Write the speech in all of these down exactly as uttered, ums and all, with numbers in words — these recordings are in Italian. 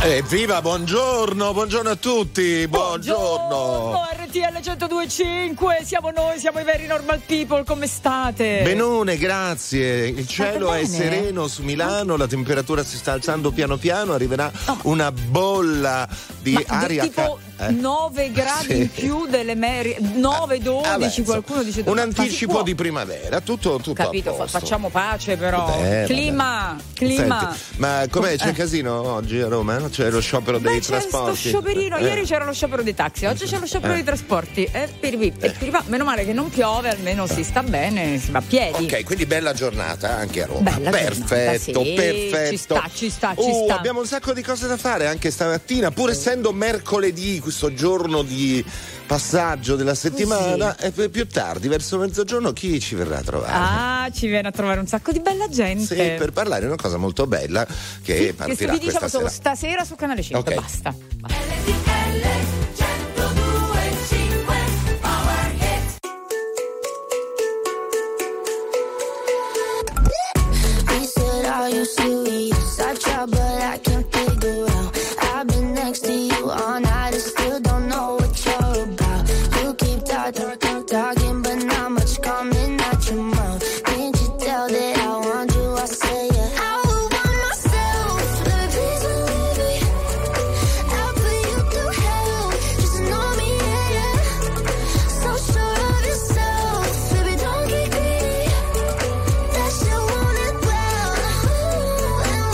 Evviva, buongiorno, buongiorno a tutti, buongiorno. Buongiorno, R T L centodue e cinque, siamo noi, siamo i veri normal people, come state? Benone, grazie, il cielo è bene? sereno su Milano, la temperatura si sta alzando piano piano, arriverà Oh. una bolla di Ma aria tipo ca- eh. nove gradi Sì. in più delle medie, nove dodici, Vabbè, qualcuno dice un ma anticipo si può? di primavera, tutto, tutto Capito, a fa- posto. facciamo pace però. Vabbè, clima, clima. Senti, ma com'è, c'è Eh. casino oggi a Roma? C'è lo sciopero Beh, dei c'è trasporti? sto scioperino, Eh. ieri c'era lo sciopero dei taxi, oggi c'è lo sciopero Eh. dei trasporti. Eh, piripi, eh, piripa. Meno male che non piove, almeno si sta bene, si va a piedi. Ok, quindi bella giornata anche a Roma. Bella perfetto, giornata, sì, perfetto. ci sta, ci sta, ci Uh, sta. abbiamo un sacco di cose da fare anche stamattina, pur essendo mercoledì, questo giorno di passaggio della settimana, e poi più tardi, verso mezzogiorno, chi ci verrà a trovare? Ah, ci viene a trovare un sacco di bella gente. Sì, per parlare di una cosa molto bella che Sì, partirà che vi diciamo questa solo sera. stasera su Canale cinque, Ok. basta. He said, are you serious? I try, but I can't figure out. I've been next to you all night and still don't know what you're about. You keep talking, talking, talking, but not much coming out your mouth. Can't you tell that I want you? I say it. I would want myself, let me be so baby. I'll put you through hell, just to know me, yeah, yeah. So sure of yourself, baby, don't get greedy. That shit want it well, well,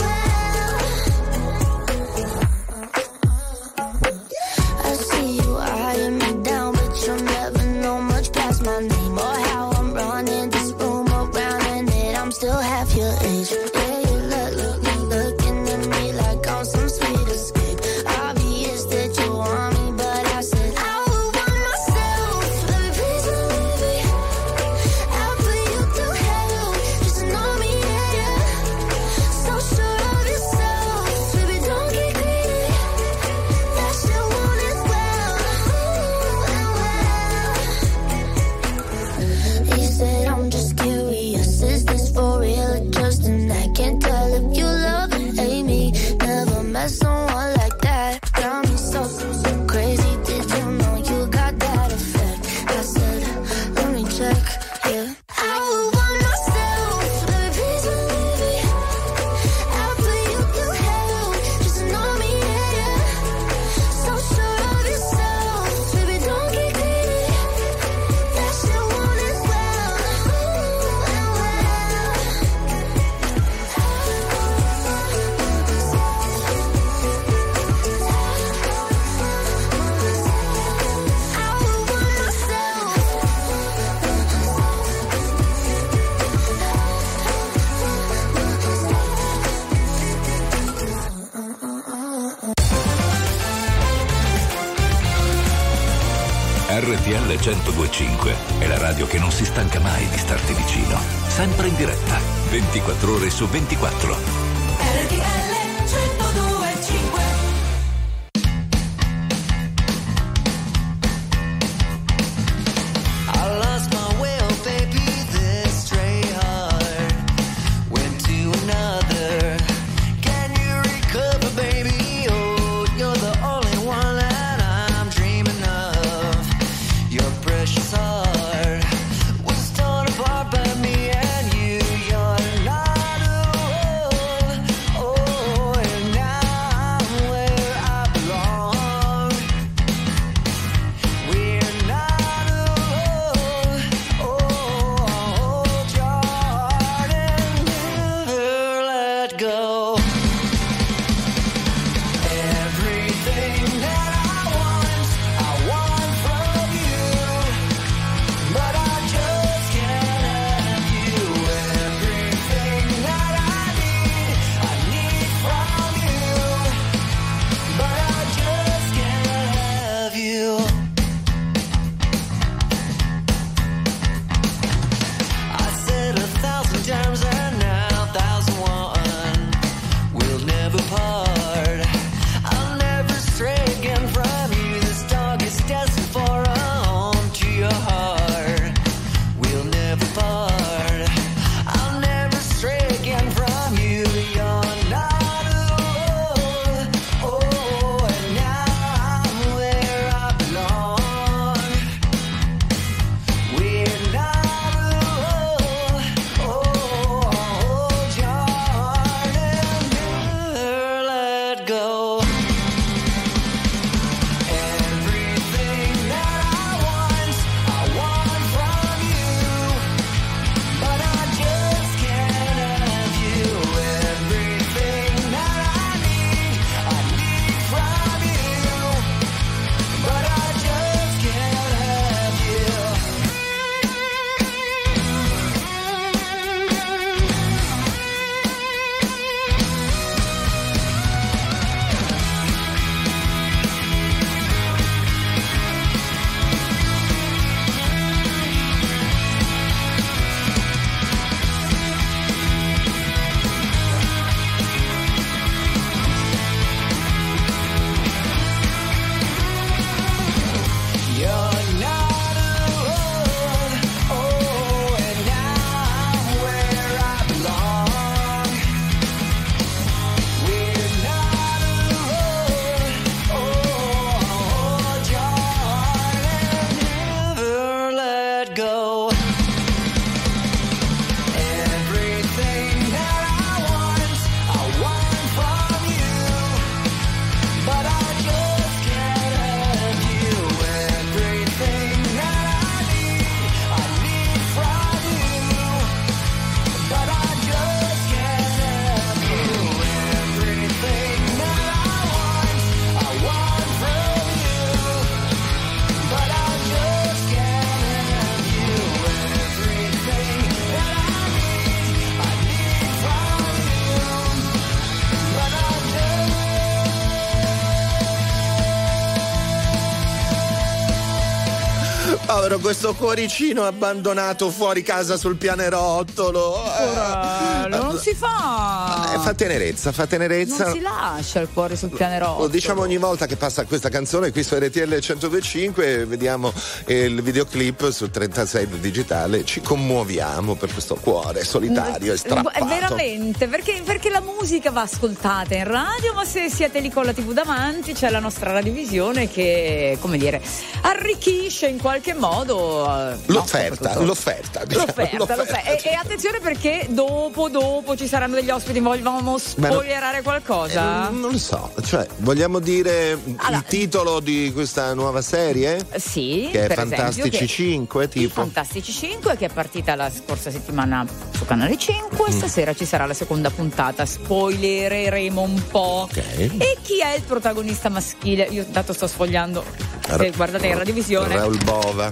well. I see you eyeing me down, but you'll never know much past my name or how I'm running this room around, and that I'm still half your age. Yeah, you look, look, look, looking at me like I'm some sweet escape. Obvious that you want me, but I said I would want myself. Let me be so baby. I'll put you through hell, just to know me, yeah, yeah. So sure of yourself, baby, don't get greedy. That shit want it well, well, well. He said, I'm just curious, is this for real or just an act? Can't tell if you love or hate me. Never met someone like that. Got me so, so, so crazy. Did you know you got that effect? I said, let me check, yeah. I would want myself, let me be so baby. I'll put you through hell, just to know me, yeah, yeah. So sure of yourself, baby, don't get greedy. That shit want it well, well, well. I would want myself. R T L centodue e cinque è la radio che non si stanca mai di starti vicino. Sempre in diretta, ventiquattro ore su ventiquattro. R T L centodue e cinque. I lost my way, oh baby, this stray heart went to another. Can you recover, baby? Oh, you're the only one that I'm dreaming of. Your precious heart was torn apart by me and you. You're not alone. Oh, povero questo cuoricino abbandonato fuori casa sul pianerottolo. Ora, non si fa. Eh, fa tenerezza, fa tenerezza. Non si lascia il cuore sul pianerottolo. Lo diciamo ogni volta che passa questa canzone qui su R T L centodue e cinque, vediamo il videoclip su trentasei digitale, ci commuoviamo per questo cuore solitario e strappato. Veramente, perché, perché la musica va ascoltata in radio, ma se siete lì con la tivù davanti c'è la nostra radiovisione che, come dire, arricchisce in qualche modo uh, l'offerta, no, l'offerta, diciamo, l'offerta, l'offerta. l'offerta. E, e attenzione perché dopo, dopo ci saranno degli ospiti, vogliamo spoilerare qualcosa? Eh, non lo so, cioè vogliamo dire allora, il titolo di questa nuova serie? Sì, che è per Fantastici esempio, cinque, tipo. Fantastici cinque, che è partita la scorsa settimana su Canale cinque, mm. stasera ci sarà la seconda puntata, spoilereremo un po'. Okay. E chi è il protagonista maschile? Io intanto sto sfogliando, se guardate in radiovisione. Raul Bova.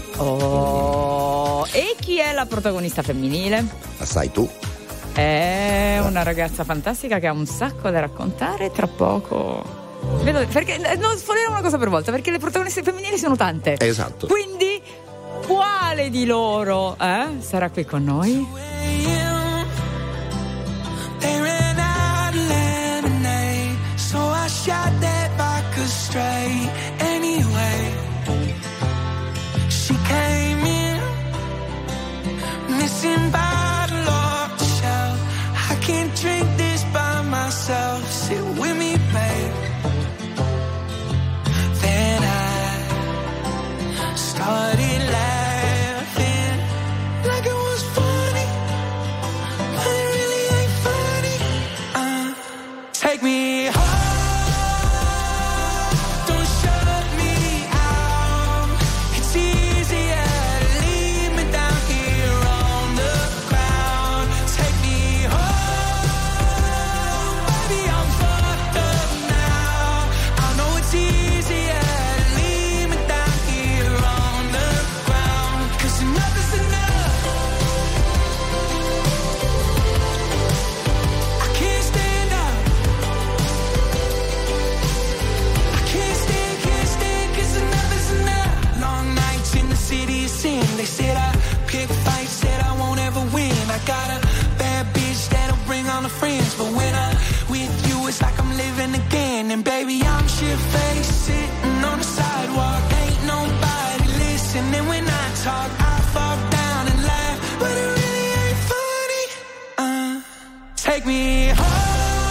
Oh, e chi è la protagonista femminile? La sai tu. È una ragazza fantastica che ha un sacco da raccontare, tra poco. Vedo, perché non sfogliamo una cosa per volta, perché le protagoniste femminili sono tante. Esatto. Quindi quale di loro eh, sarà qui con noi? Sit with me, babe. Then I started laughing like it was funny, but it really ain't funny. Uh, take me home. Don't shut me out. It's easier to leave me down here on the ground. Take me home. They said I pick fights, said I won't ever win. I got a bad bitch that'll bring all the friends, but when I'm with you, it's like I'm living again. And baby, I'm shit-faced, sitting on the sidewalk. Ain't nobody listening when I talk. I fall down and laugh, but it really ain't funny. Uh, take me home.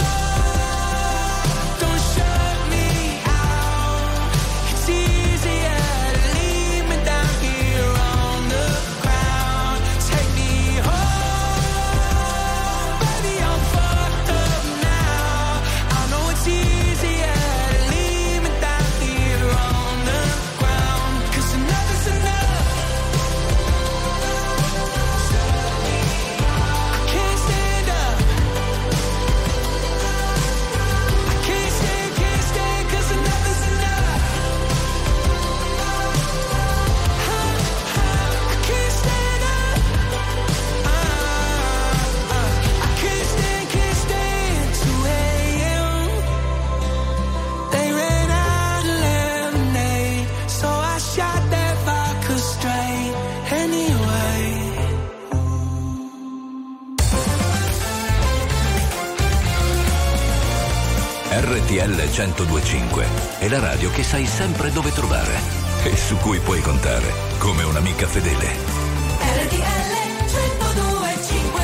R T L centodue e cinque è la radio che sai sempre dove trovare e su cui puoi contare come un'amica fedele. R T L centodue e cinque.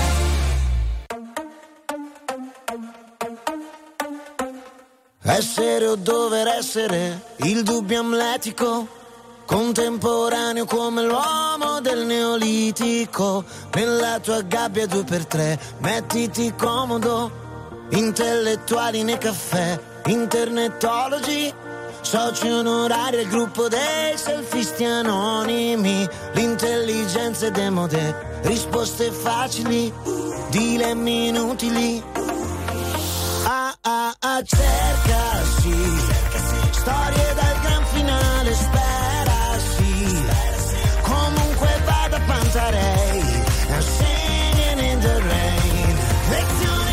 Essere o dover essere, il dubbio amletico, contemporaneo come l'uomo del neolitico. Nella tua gabbia due per tre, mettiti comodo. Intellettuali nei caffè, internetologi, soci onorari al gruppo dei selfisti anonimi. L'intelligenza è demode, risposte facili, dilemmi inutili. Ah ah ah, cercasi, storie dal gran finale, spera sì. Comunque vada Pantarei, I'm singing in the rain. Lezioni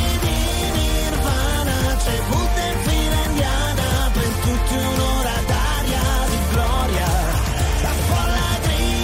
c'è butta in fila indiana per tutta un'ora d'aria di gloria. La folla grida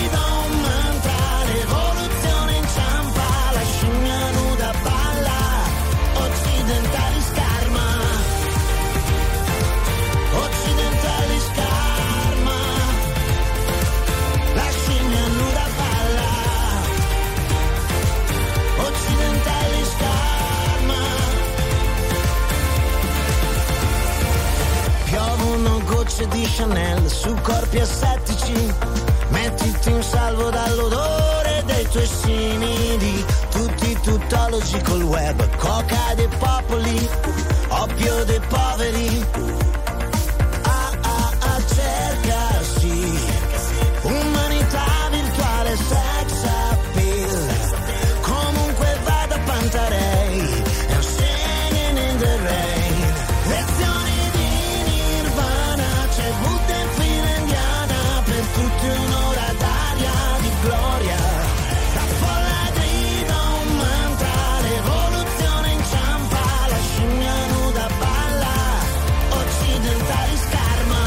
di Chanel su corpi assettici. Mettiti in salvo dall'odore dei tuoi simili. Tutti tuttologi col web, coca dei popoli, oppio dei poveri. Ah ah ah, cercasi umanità virtuale, sex appeal. Comunque vada Pantarei, I'm singing in the rain. Lezioni di Nirvana, c'è Buddha in fila indiana, per tutti un'ora d'aria di gloria. La folla grida un mantra, l'evoluzione inciampa, la scimmia nuda balla, occidentali scarma,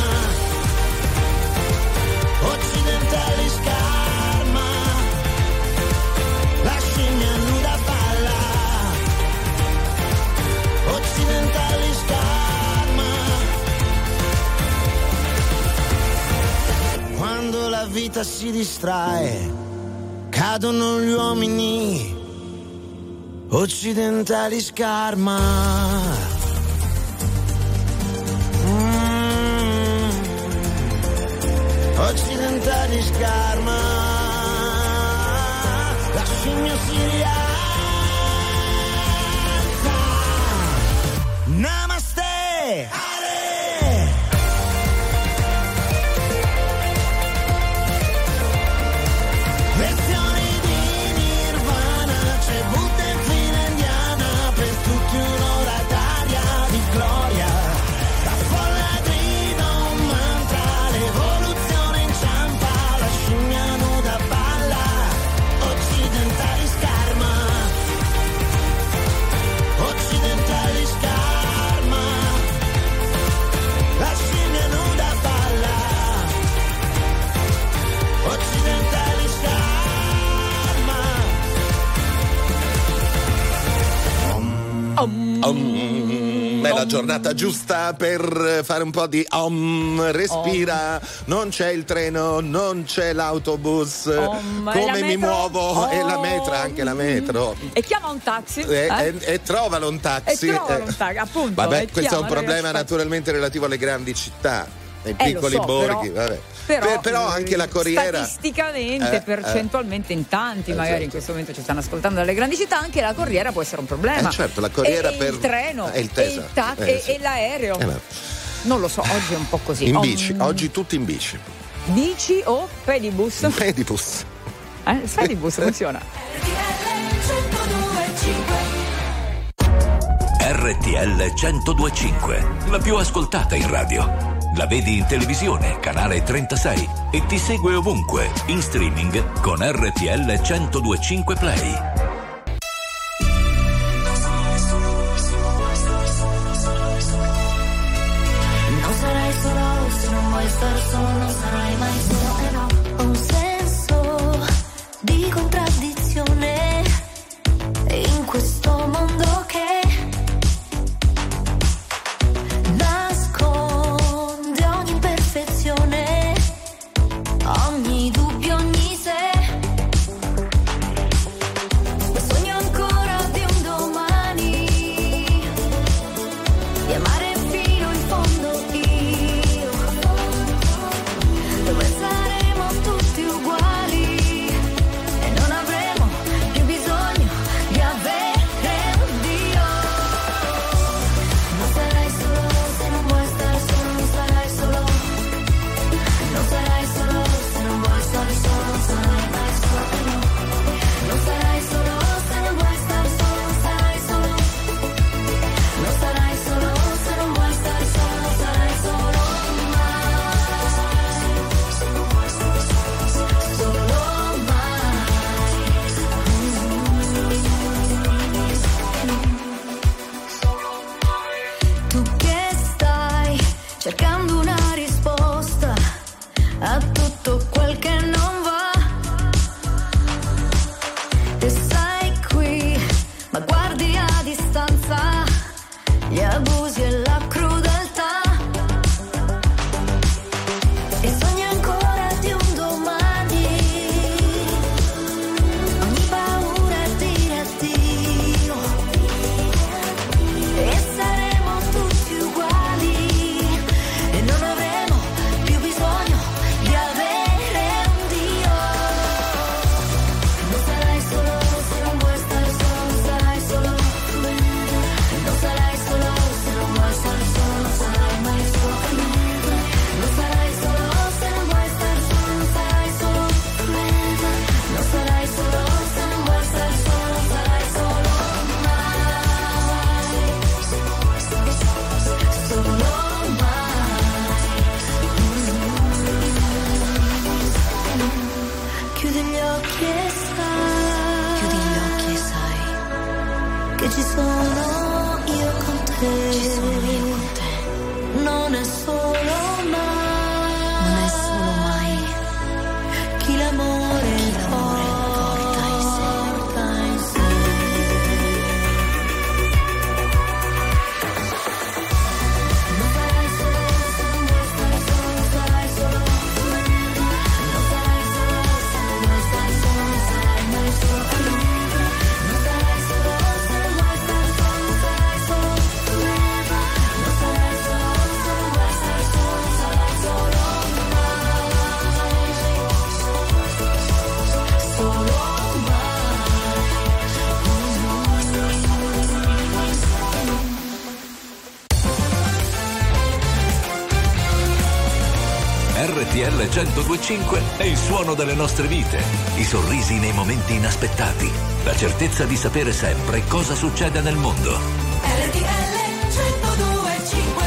occidentali scarma, la scimmia nuda balla, occidentali scarma. Quando la vita si distrae, cadono gli uomini, occidentali scarma. Mm. Occidentali scarma, la scimmia si rialza. Namaste, Ale. Lezioni di Nirvana, c'è Buddha in fila indiana, per tutti un'ora d'aria di gloria. La folla grida un mantra, l'evoluzione inciampa, la scimmia nuda balla, occidentali scarma, occidentali scarma, la scimmia nuda balla, occidentali scarma. Om. È la giornata giusta per fare un po' di om, respira, non c'è il treno, non c'è l'autobus, Om. E la come mi metro? muovo, e la Om. metro, anche la metro. E chiama un taxi. E, eh? e, e trovalo un taxi. E trovalo un taxi, appunto. Vabbè, e questo è un chiamalo, problema aspetta. naturalmente relativo alle grandi città, ai Eh, lo piccoli so, borghi. però- vabbè. Però, Per- però anche la corriera. statisticamente, Eh, percentualmente in tanti, Eh, magari certo. in questo momento ci stanno ascoltando dalle grandi città, anche la corriera può essere un problema. Eh, certo, la corriera e, e per- il treno, eh, il e, Tesla. il ta- Eh, e, sì. e l'aereo. Eh, no. Non lo so, oggi è un po' così. In Om. bici, oggi tutti in bici. Bici o pedibus? Pedibus. Eh, il pedibus funziona. R T L centodue e cinque, la più ascoltata in radio. La vedi in televisione, canale trentasei, e ti segue ovunque, in streaming con R T L centodue e cinque Play. Non sarai solo se non vuoi star solo, non sarai mai solo, eh no. Ho un senso di contraddizione in questo mondo che nasconde ogni imperfezione, ogni dubbio, ogni se. Ma sogno ancora di un domani, di amare fino in fondo io, dove saremo tutti uguali e non avremo più bisogno di avere un Dio. Non sarai solo se non vuoi stare solo, non sarai solo, non sarai solo se non vuoi stare solo, non sarai mai solo, eh no. Non sarai solo se non vuoi stare solo, non sarai solo, non sarai solo se non vuoi stare solo, non sarai solo mai, solo mai. Tu che stai cercando una risposta a tutto quel che non va, e sei qui ma guardi a distanza gli abusi e la crudeltà, e sogni ancora di un domani, ogni paura è dire addio, e saremo tutti uguali e non avremo ci sono io con te. Ci sono io con te. Non è solo mai, non è solo mai chi l'amore, chi l'amore porta in sé, porta in sé. Non sarai solo, non sarai solo, sarai solo. Non sarai solo, non sarai solo, non sarai mai solo. Non sarai solo, se vuoi stare solo, sarai solo. Non sarai solo, se vuoi stare solo, sarai solo. Solo R T L centodue e cinque è il suono delle nostre vite, i sorrisi nei momenti inaspettati, la certezza di sapere sempre cosa succede nel mondo. R T L centodue e cinque.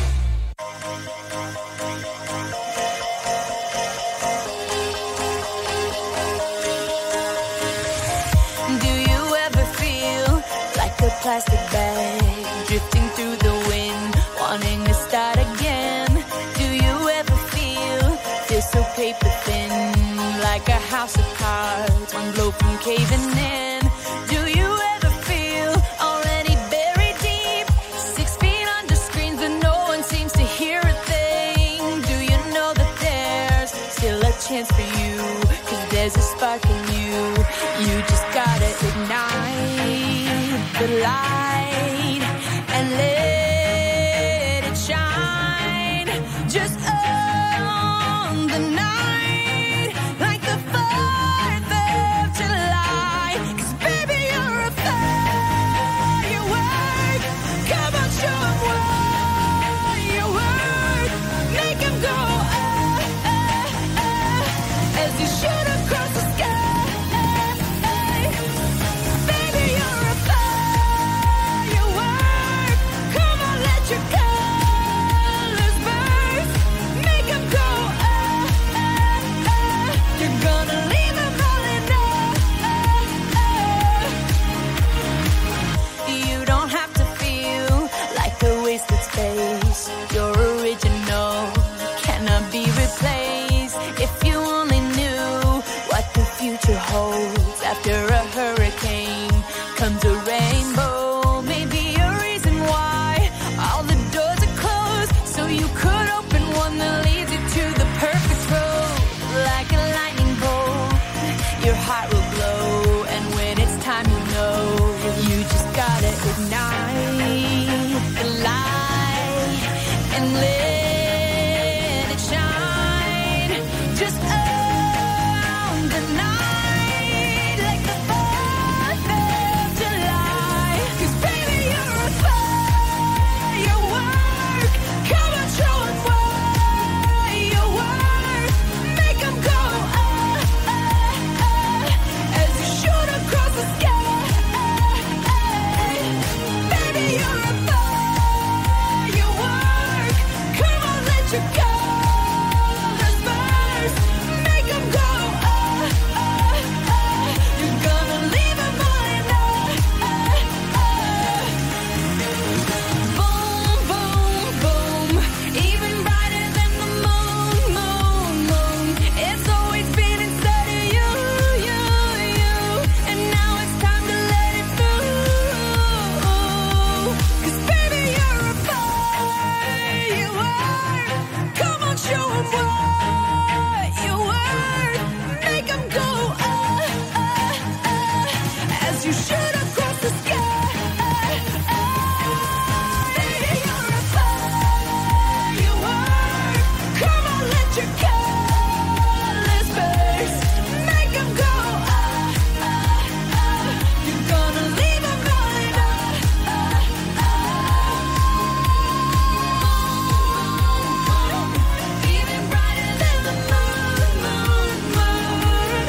Do you ever feel like a plastic bag drifting through the wind, wanting to start again? Do you ever feel feel so paper thin, like a house of cards, one blow from caving in? Do you ever feel already buried deep, six feet under screens but no one seems to hear a thing? Do you know that there's still a chance for you, 'cause there's a spark in you? You just gotta ignite the light and let it shine. Just own the night like the fourth of July. 'Cause baby you're a firework. Come on, show 'em what you work. Make 'em go ah, ah, ah, as you shoot across the sky. Baby, you're a firework. Come on, let your colors burst. Make 'em go ah, ah, ah. You're gonna leave 'em all in ah. You don't have to feel like a wasted space. You're original, cannot be replaced. If you only knew what the future holds, after a hurricane comes a rainbow. Maybe a reason why all the doors are closed, so you could open one that leads you to the perfect road. Like a lightning bolt, your heart will glow, and when it's time you know, you just gotta ignite the light and let it shine. Just own the night like the fourth of July. 'Cause baby you're a firework. Come on, show 'em what you work. Make 'em go ah, ah, ah, as you shoot across the sky. Baby you're a firework. Come on, let your colors burst. Make 'em go ah, ah, ah. You're gonna leave 'em all in ah, ah, ah. Boom, boom, boom. Even brighter than the moon, moon, moon. It's always been inside of you, you, you. And now it's time to let it through. 'Cause baby you're a firework. Come on, show 'em what you work. Make 'em go ah, ah, ah, as you shoot across the sky. Baby you're a firework. Come on, let your colors burst. Make 'em go ah, ah, ah. You're gonna leave 'em all in ah, ah, ah. Even brighter than the moon, moon, moon.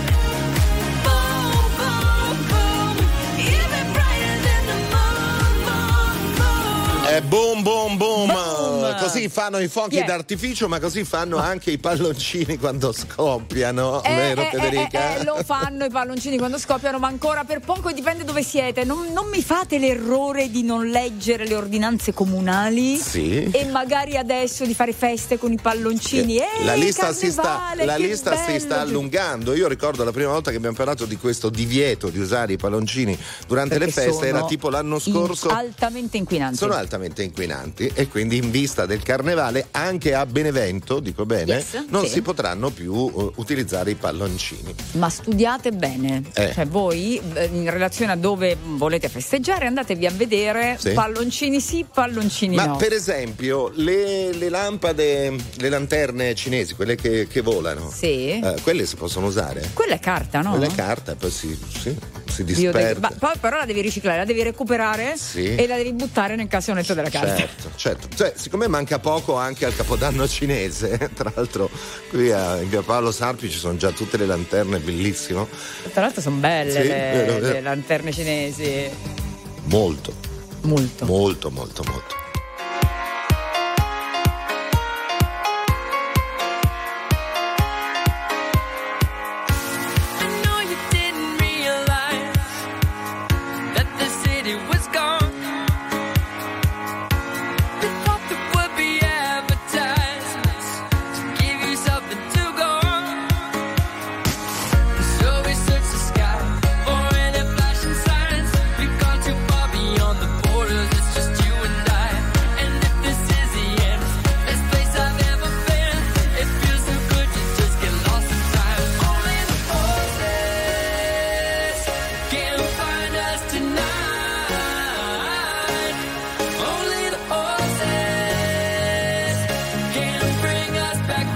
Boom, boom, boom. Even brighter than the moon, moon, moon. Eh, boom boom boom, Boom. così così fanno i fuochi Yeah. d'artificio, ma così fanno anche i palloncini quando scoppiano, Eh, vero eh, Federica? eh, eh, lo fanno i palloncini quando scoppiano, ma ancora per poco, dipende dove siete. Non, non mi fate l'errore di non leggere le ordinanze comunali Sì. e magari adesso di fare feste con i palloncini. Eh, la lista, si sta, carnevale, la che lista si bello. sta allungando. Io ricordo la prima volta che abbiamo parlato di questo divieto di usare i palloncini durante Perché le feste, sono era tipo l'anno scorso. in- altamente inquinanti. Sono altamente inquinanti e quindi in vista del carnevale anche a Benevento, dico bene, Yes, non sì. si potranno più uh, utilizzare i palloncini. Ma studiate bene, Eh. cioè voi eh, in relazione a dove volete festeggiare andatevi a vedere Sì. palloncini sì, palloncini Ma no. per esempio le, le lampade, le lanterne cinesi, quelle che, che volano, Sì. eh, quelle si possono usare? Quella è carta, no? Quella è carta, poi si, sì, si Io disperde. devo- ma poi però la devi riciclare, la devi recuperare Sì. e la devi buttare nel cassonetto della carta. Certo, certo. Cioè, siccome manca poco anche al Capodanno cinese, tra l'altro qui a, in via Paolo Sarpi ci sono già tutte le lanterne, bellissimo. Tra l'altro sono belle Sì, le, vero, vero. le lanterne cinesi. Molto, Molto. molto, molto, molto. I know you didn't realize that the city was gone. You thought there would be advertisements to give you something to go on. So we searched the sky for any flashing signs. We've gone too far beyond the borders. It's just you and I. And if this is the end, best place I've ever been. It feels so good to just get lost in time. Only the horses can find us tonight. Only the horses can bring us back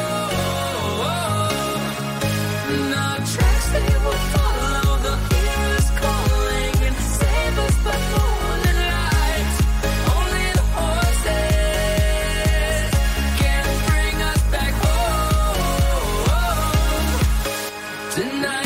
home. The tracks they will follow, the heroes calling and save us by more than light. Only the horses can bring us back home tonight.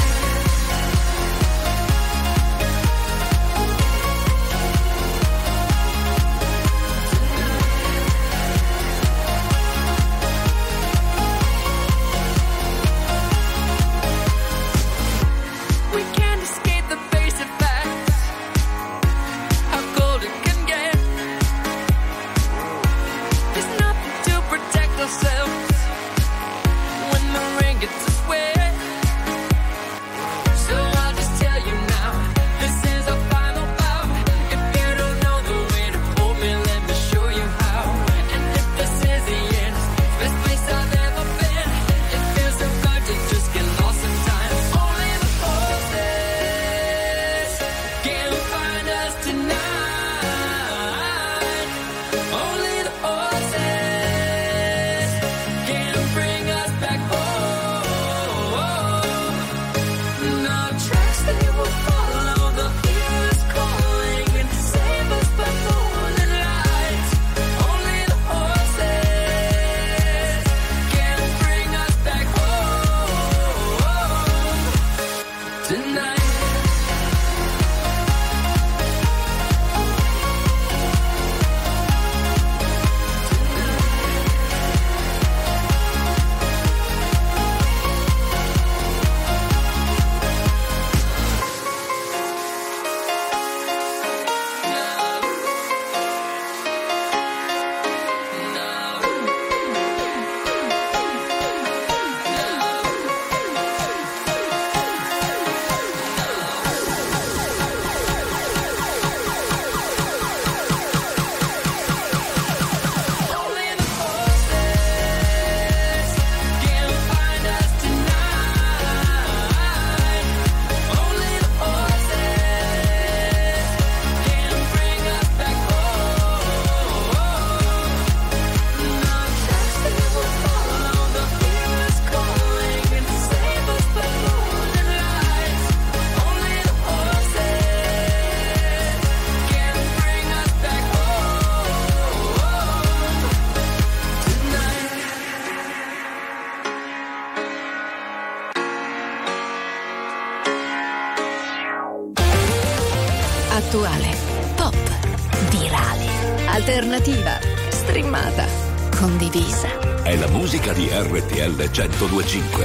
We can't escape the basic facts, how cold it can get. There's nothing to protect ourselves when the rain gets us wet. So I'll just tell you now, this is our final bout. If you don't know the way to hold me, let me show you how. And if this is the end, best place I've ever been. It feels so good to just get lost in time. Only the horses can find us tonight. Only the horses can bring us back home. The tracks they will follow, the heroes calling and save us by more than light. Only the horses can bring us back home tonight. Only the horses can find us tonight. Only the horses can bring us back home. The tracks they will follow, the heroes calling and save us by more than light. Only the horses can bring us back home tonight. Attuale, pop, virale, alternativa, streamata, condivisa. È la musica di R T L centodue e cinque.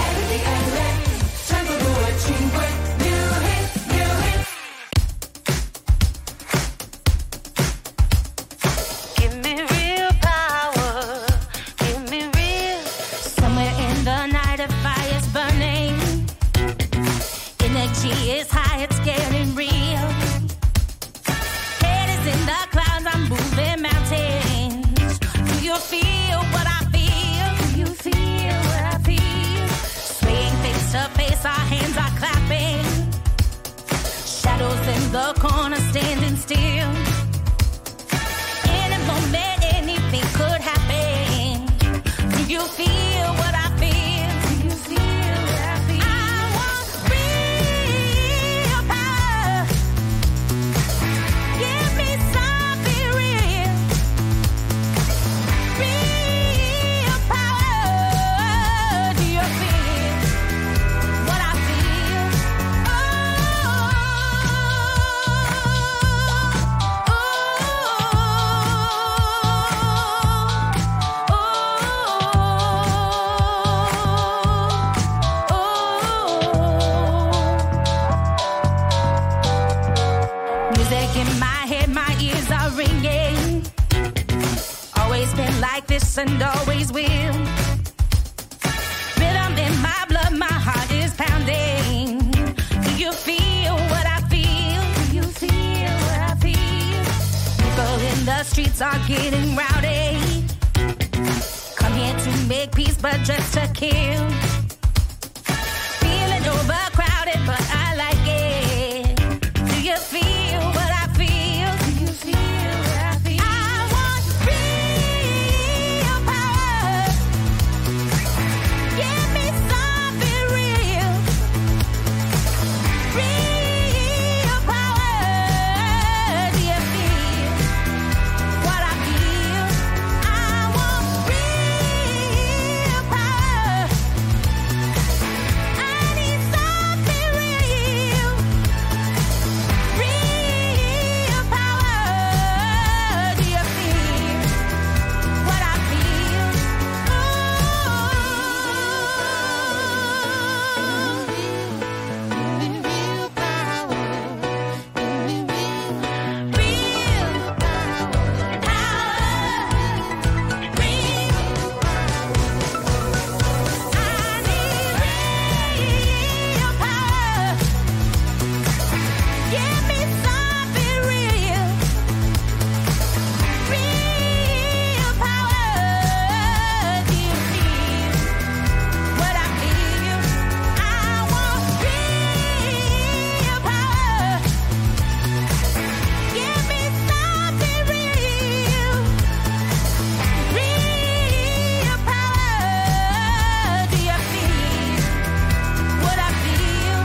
The corner standing still. Any moment, anything could happen. Do you feel what I feel? Do you feel what I feel? I want real power. Give me something real. Real power. Do you feel what I feel? And always will. Rhythm in my blood, my heart is pounding. Do you feel what I feel? Do you feel what I feel? People in the streets are getting rowdy. Come here to make peace, but just to kill. Feeling overcrowded, but I like it. Do you feel what I feel? Do you feel what I feel? I want real power. Give me something real. Real power. Do you feel what I feel? I want real power. I need something real. Real power. Do you feel what I feel? Real power. Real power. Real power. Give me something real. Real power. Do you feel what I feel? I want real power. Give me something real. Real power. Do you feel what I feel?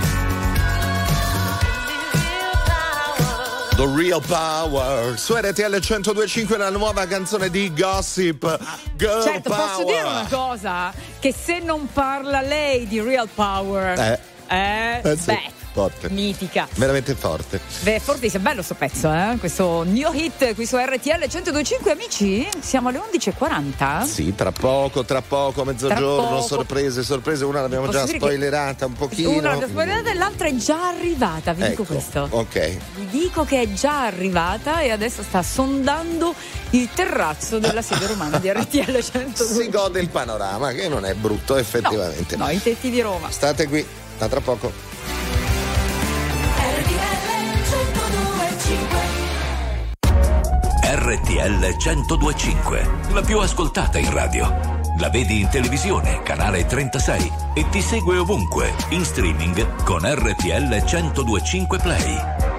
Real power. The Real Power su R T L centodue e cinque, la nuova canzone di Gossip, Girl Certo, Power. posso dire una cosa? Che se non parla lei di Real Power, Eh. eh, Eh sì, beh, forte. mitica. Veramente forte. Beh, fortissimo, bello sto pezzo, eh? Questo new hit qui su R T L centodue e cinque, amici. Siamo alle undici e quaranta. Sì, tra poco, tra poco, mezzogiorno, Tra poco. sorprese, sorprese. Una l'abbiamo Posso già dire che spoilerata un pochino. Una l'ho spoilerata e l'altra è già arrivata, vi dico Ecco, questo. ok. Vi dico che è già arrivata e adesso sta sondando il terrazzo della sede romana di R T L centodue. Si gode il panorama, che non è brutto effettivamente. No, i tetti di Roma. State qui, a tra poco. R T L centodue e cinque, la più ascoltata in radio. La vedi in televisione, canale trentasei, e ti segue ovunque, in streaming con R T L centodue e cinque Play.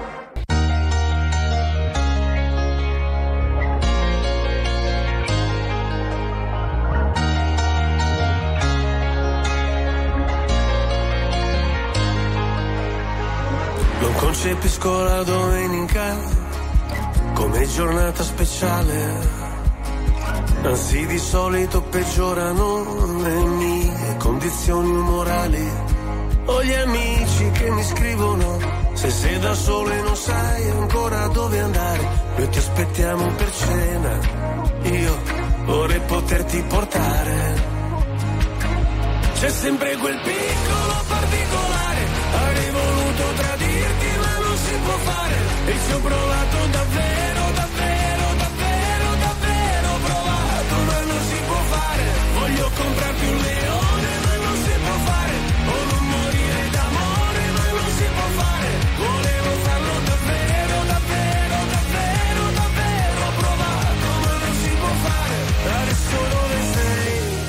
Non concepisco la domenica come giornata speciale, anzi di solito peggiorano le mie condizioni morali. Ho gli amici che mi scrivono: se sei da solo e non sai ancora dove andare, noi ti aspettiamo per cena. Io vorrei poterti portare. C'è sempre quel piccolo particolare, avrei voluto tradirti ma non si può fare, e ci ho provato davvero, davvero, davvero, davvero provato, ma non si può fare. Voglio comprarti un leone ma non si può fare, o non morire d'amore ma non si può fare. Volevo farlo davvero, davvero, davvero, davvero provato, ma non si può fare. Adesso dove sei?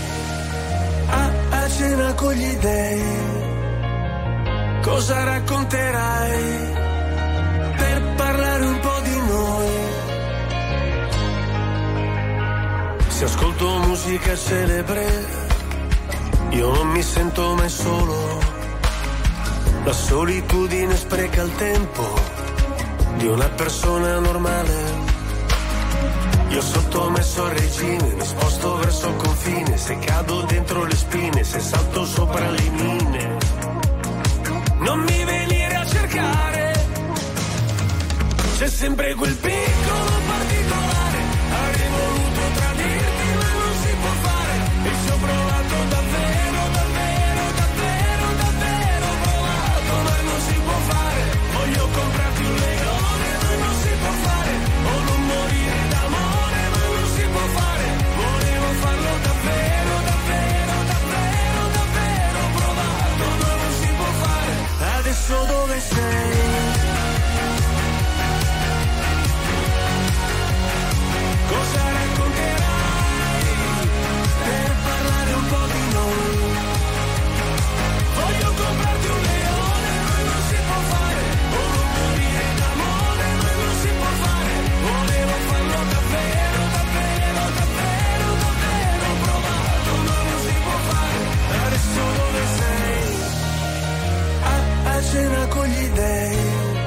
A cena con gli dèi, cosa racconterai per parlare un po' di noi? Se ascolto musica celebre, io non mi sento mai solo. La solitudine spreca il tempo di una persona normale. Io sottomesso al regime, mi sposto verso il confine, se cado dentro le spine, se salto sopra le mine. Non mi venire a cercare, c'è sempre quel piccolo particolare, avrei voluto tradirti ma non si può fare, e ci ho provato davvero, davvero, davvero, davvero provato, ma non si può fare. Voglio comprarti un leone ma non si può fare, o non morire d'amore ma non si può fare. Volevo farlo davvero, davvero, davvero, davvero provato, ma non si può fare. Adesso dove sei? Cosa racconterai per parlare un po' di noi? Voglio comprarti un leone ma non si può fare, o non morire d'amore ma non si può fare. Volevo farlo davvero, davvero, davvero, davvero provato, ma non si può fare. Adesso dove sei? A, a cena con gli dèi,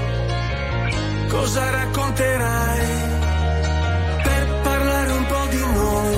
cosa racconterai per parlare un po' di noi?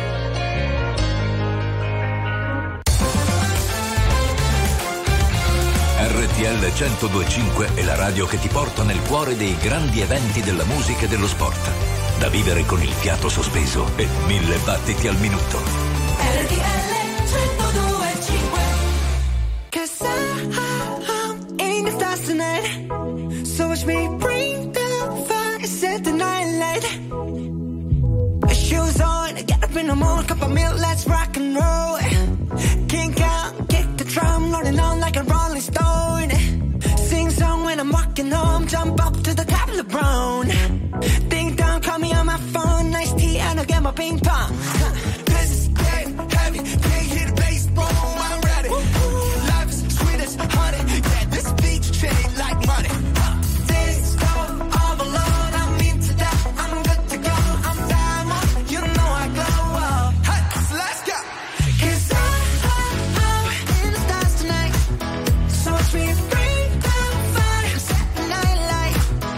R T L centodue e cinque è la radio che ti porta nel cuore dei grandi eventi della musica e dello sport. Da vivere con il fiato sospeso e mille battiti al minuto. R T L centodue e cinque. Cause I'm in the stars tonight. So watch me bring the fire, set the night light. Shoes on, get up in the morning, cup of milk, let's rock and roll. Kink out, kick the drum, rolling on like a rolling stone. Sing song when I'm walking home, jump up to the top of the brown. Ding dong, call me on my phone, nice tea and I'll get my ping pong. This is dead heavy, can't hear the bass, boom, I'm ready. Life is sweet as honey, yeah, this beach shade like money. This go all alone, I'm into that, I'm good to go, I'm diamond, you know I glow. Hey, so let's go. Cause I, I'm in the stars tonight, so watch me bring the fire, set the night light.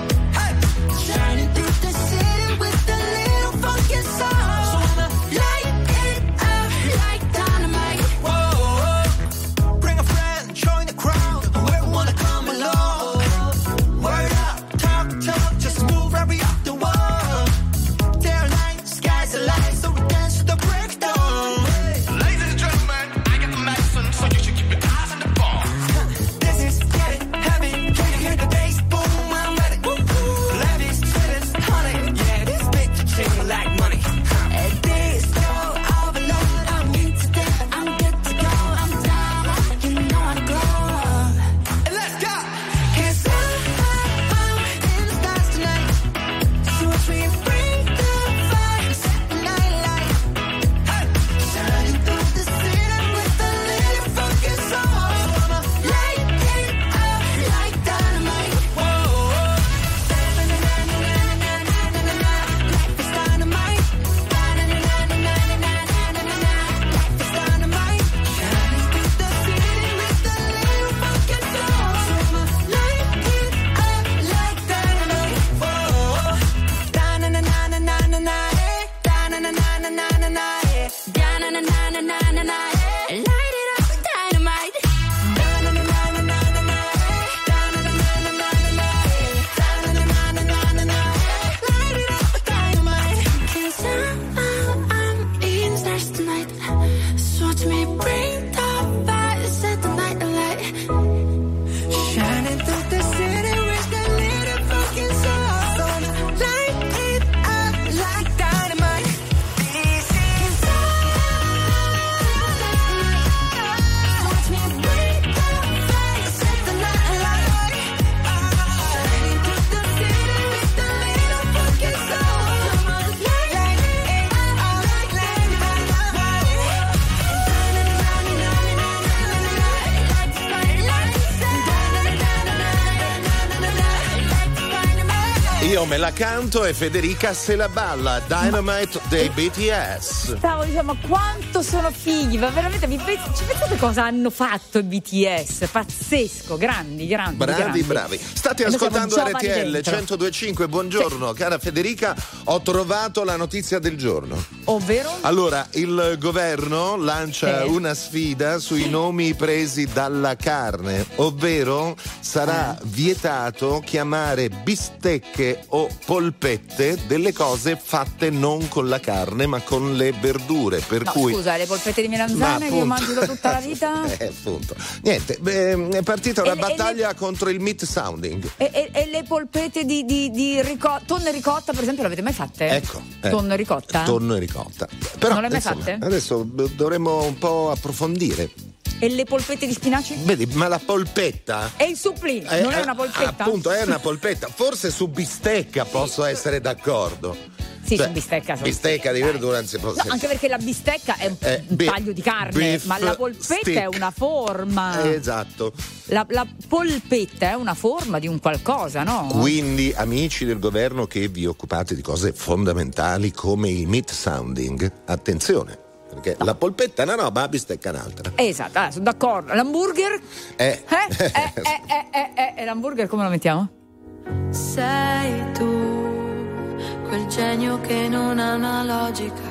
Io me la canto e Federica se la balla. Dynamite dei B T S. Stavo dicendo, ma quanto sono fighi, ma veramente vi pens- ci pensate cosa hanno fatto i B T S? Pazzesco, grandi, grandi. Bravi, grandi. bravi. State E noi ascoltando siamo R T giovani L dentro. centodue e cinque. Buongiorno, cara Federica. Ho trovato la notizia del giorno. Ovvero? Allora, il governo lancia Eh. una sfida sui nomi presi dalla carne, ovvero sarà Eh. vietato chiamare bistecche o polpette delle cose fatte non con la carne ma con le verdure. Per No, cui scusa, le polpette di Ma melanzane che io appunto. mangio da tutta la vita? Eh, appunto. Niente, beh, è partita una E le- e battaglia contro il meat sounding. E, e- e le polpette di, di, di ricotta, tonno e ricotta, per esempio, l'avete mai fatte? Ecco. eh, Tonno e ricotta? Tonno e ricotta. Però, Non le hai mai insomma, fatte? adesso eh, dovremmo un po' approfondire. E le polpette di spinaci? Vedi, ma la polpetta. E il supplì, Eh, non è eh, una polpetta? Appunto, è una polpetta. Forse su bistecca posso essere d'accordo. Sì, Cioè, su bistecca. sono- Bistecca di Dai. verdura non si può. No, anche perché la bistecca è un, Eh, un bi- taglio di carne, beef ma la polpetta stick. è una forma. Esatto. La, la polpetta è una forma di un qualcosa, no? Quindi, amici del governo che vi occupate di cose fondamentali come il meat sounding, attenzione. Perché la polpetta è una roba, la bistecca è un'altra. Esatto, allora, sono d'accordo. L'hamburger? Eh. Eh? Eh, eh, eh, eh, eh. E l'hamburger come lo mettiamo? Sei tu, quel genio che non ha una logica.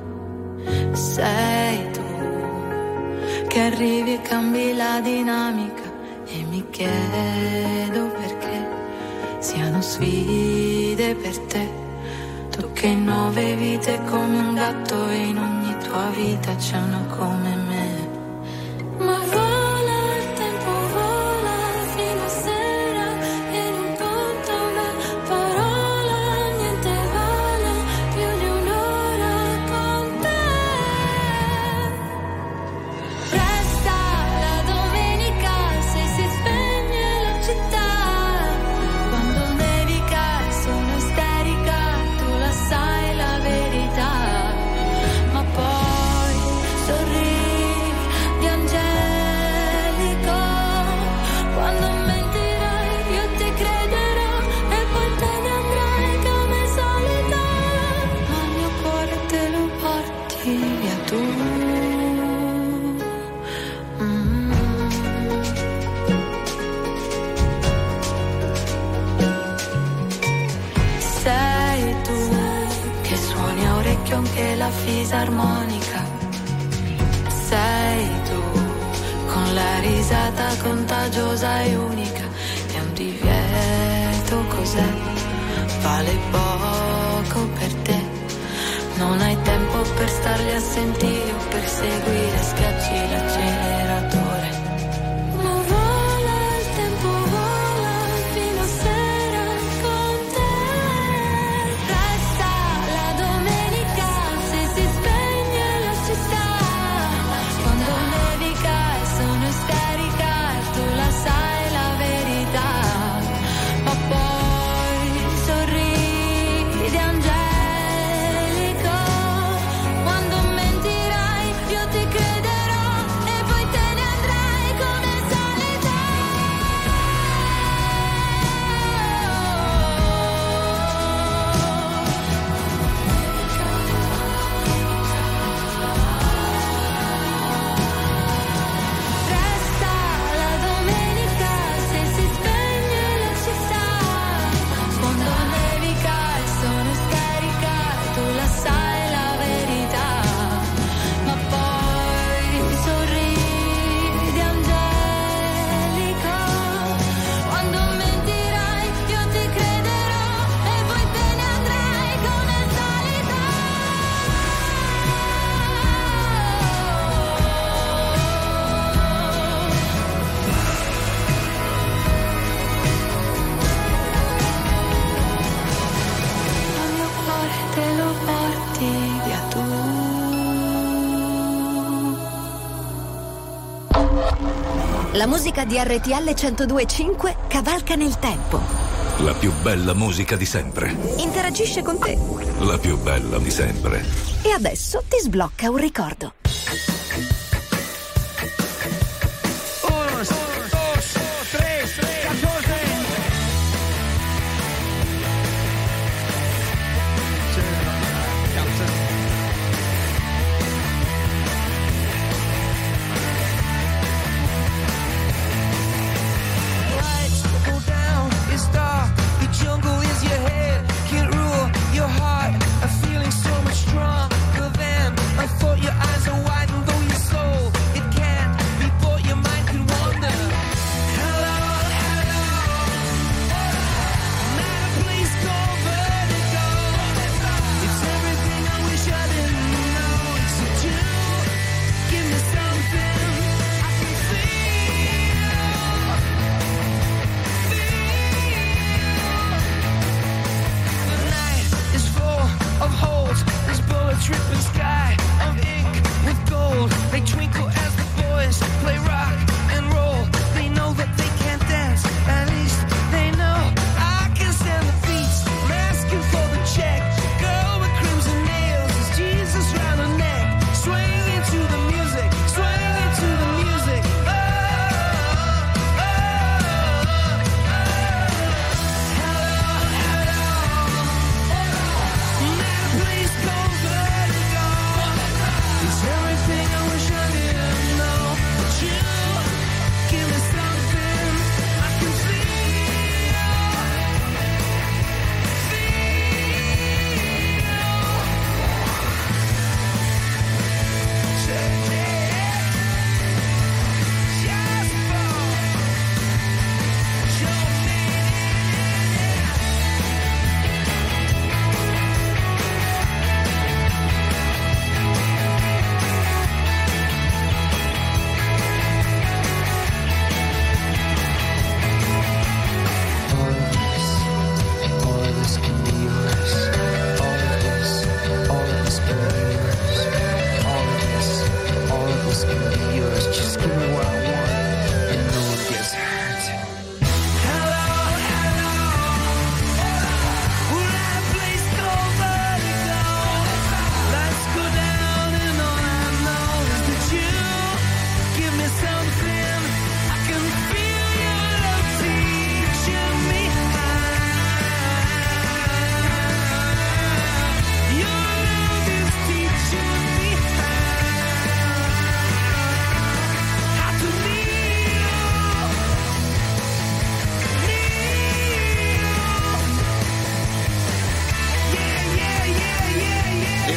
Sei tu, che arrivi e cambi la dinamica. E mi chiedo perché siano sfide per te. Tu che in nove vite come un gatto e in ogni tua vita c'è una come me. Ma vola il tempo, vola fino a sera e non conta una parola, niente vale più di un'ora con te. Resta la domenica se si spegne la città, quando nevica sono isterica, tu la sai la verità, ma poi sorridi angelico, quando mentirai io ti crederò e poi te ne andrai come solita, ma il mio cuore te lo porti via tu. Mm. Sei tu che suoni a orecchio anche la fisarmonica. Sei tu con la risata contagiosa e unica. È un divieto, cos'è? Vale poco per te. Non hai tempo per starli a sentire o per seguire, schiacci l'acceleratore. Ma vola il tempo, vola fino a sera con te. Resta la domenica se si spegne la città, quando nevica e sono isterica e tu la sai la verità, ma poi sorridi angelico, quando mentirai io ti crederò e poi te ne andrai come solita. Resta la domenica se si spegne la città, quando nevica e sono isterica tu la sai la verità, ma poi sorridi angelico, quando mentirai io ti crederò e poi te ne andrai come solita. Il mio cuore te lo porti via tu. La musica di R T L centodue e cinque cavalca nel tempo. La più bella musica di sempre. Interagisce con te. La più bella di sempre. E adesso ti sblocca un ricordo.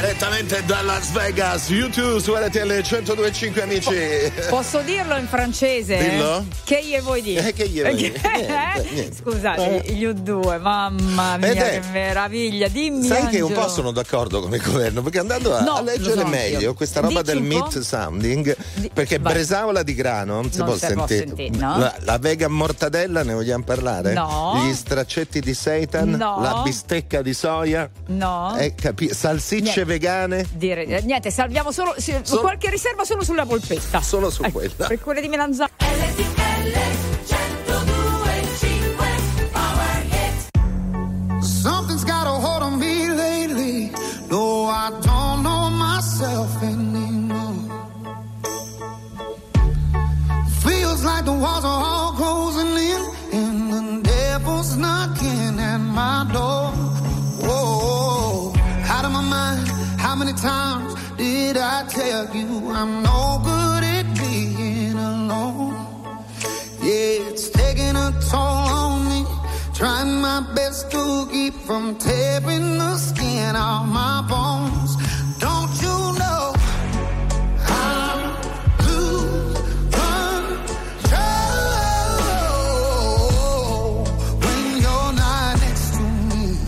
Direttamente da Las Vegas, YouTube su R T L centodue e cinque, amici. Posso dirlo in francese? Dillo. Che gli vuoi dire? Eh, che gli vuoi dire? Eh? Niente. Scusate, Eh. gli U due, mamma mia, Ed è- che meraviglia. Dimmi, Sai che un Angelo. po' sono d'accordo con il governo, perché andando a, No, a lo leggere so meglio anch'io. questa roba Dici del un po'? meat sounding, perché vai. bresaola di grano si Non può si può sentire. sentire, no? la, la vegan mortadella, ne vogliamo parlare? No. Gli straccetti di seitan, No. la bistecca di soia, No. eh, capi- salsicce Niente. vegane. Dire, eh, niente, salviamo solo, sì, Solo- qualche riserva solo sulla polpetta. Solo su Ecco, quella. per quelle di melanzane. Something's got a hold on me lately. No, I don't know myself anymore. Feels like the walls are all closing in, and the devil's knocking at my door. Whoa, out of my mind. How many times did I tell you I'm no good at being alone? Yeah, it's taking a toll on me. Trying my best to keep from tearing the skin off my bones. Don't you know I lose control when you're not next to me?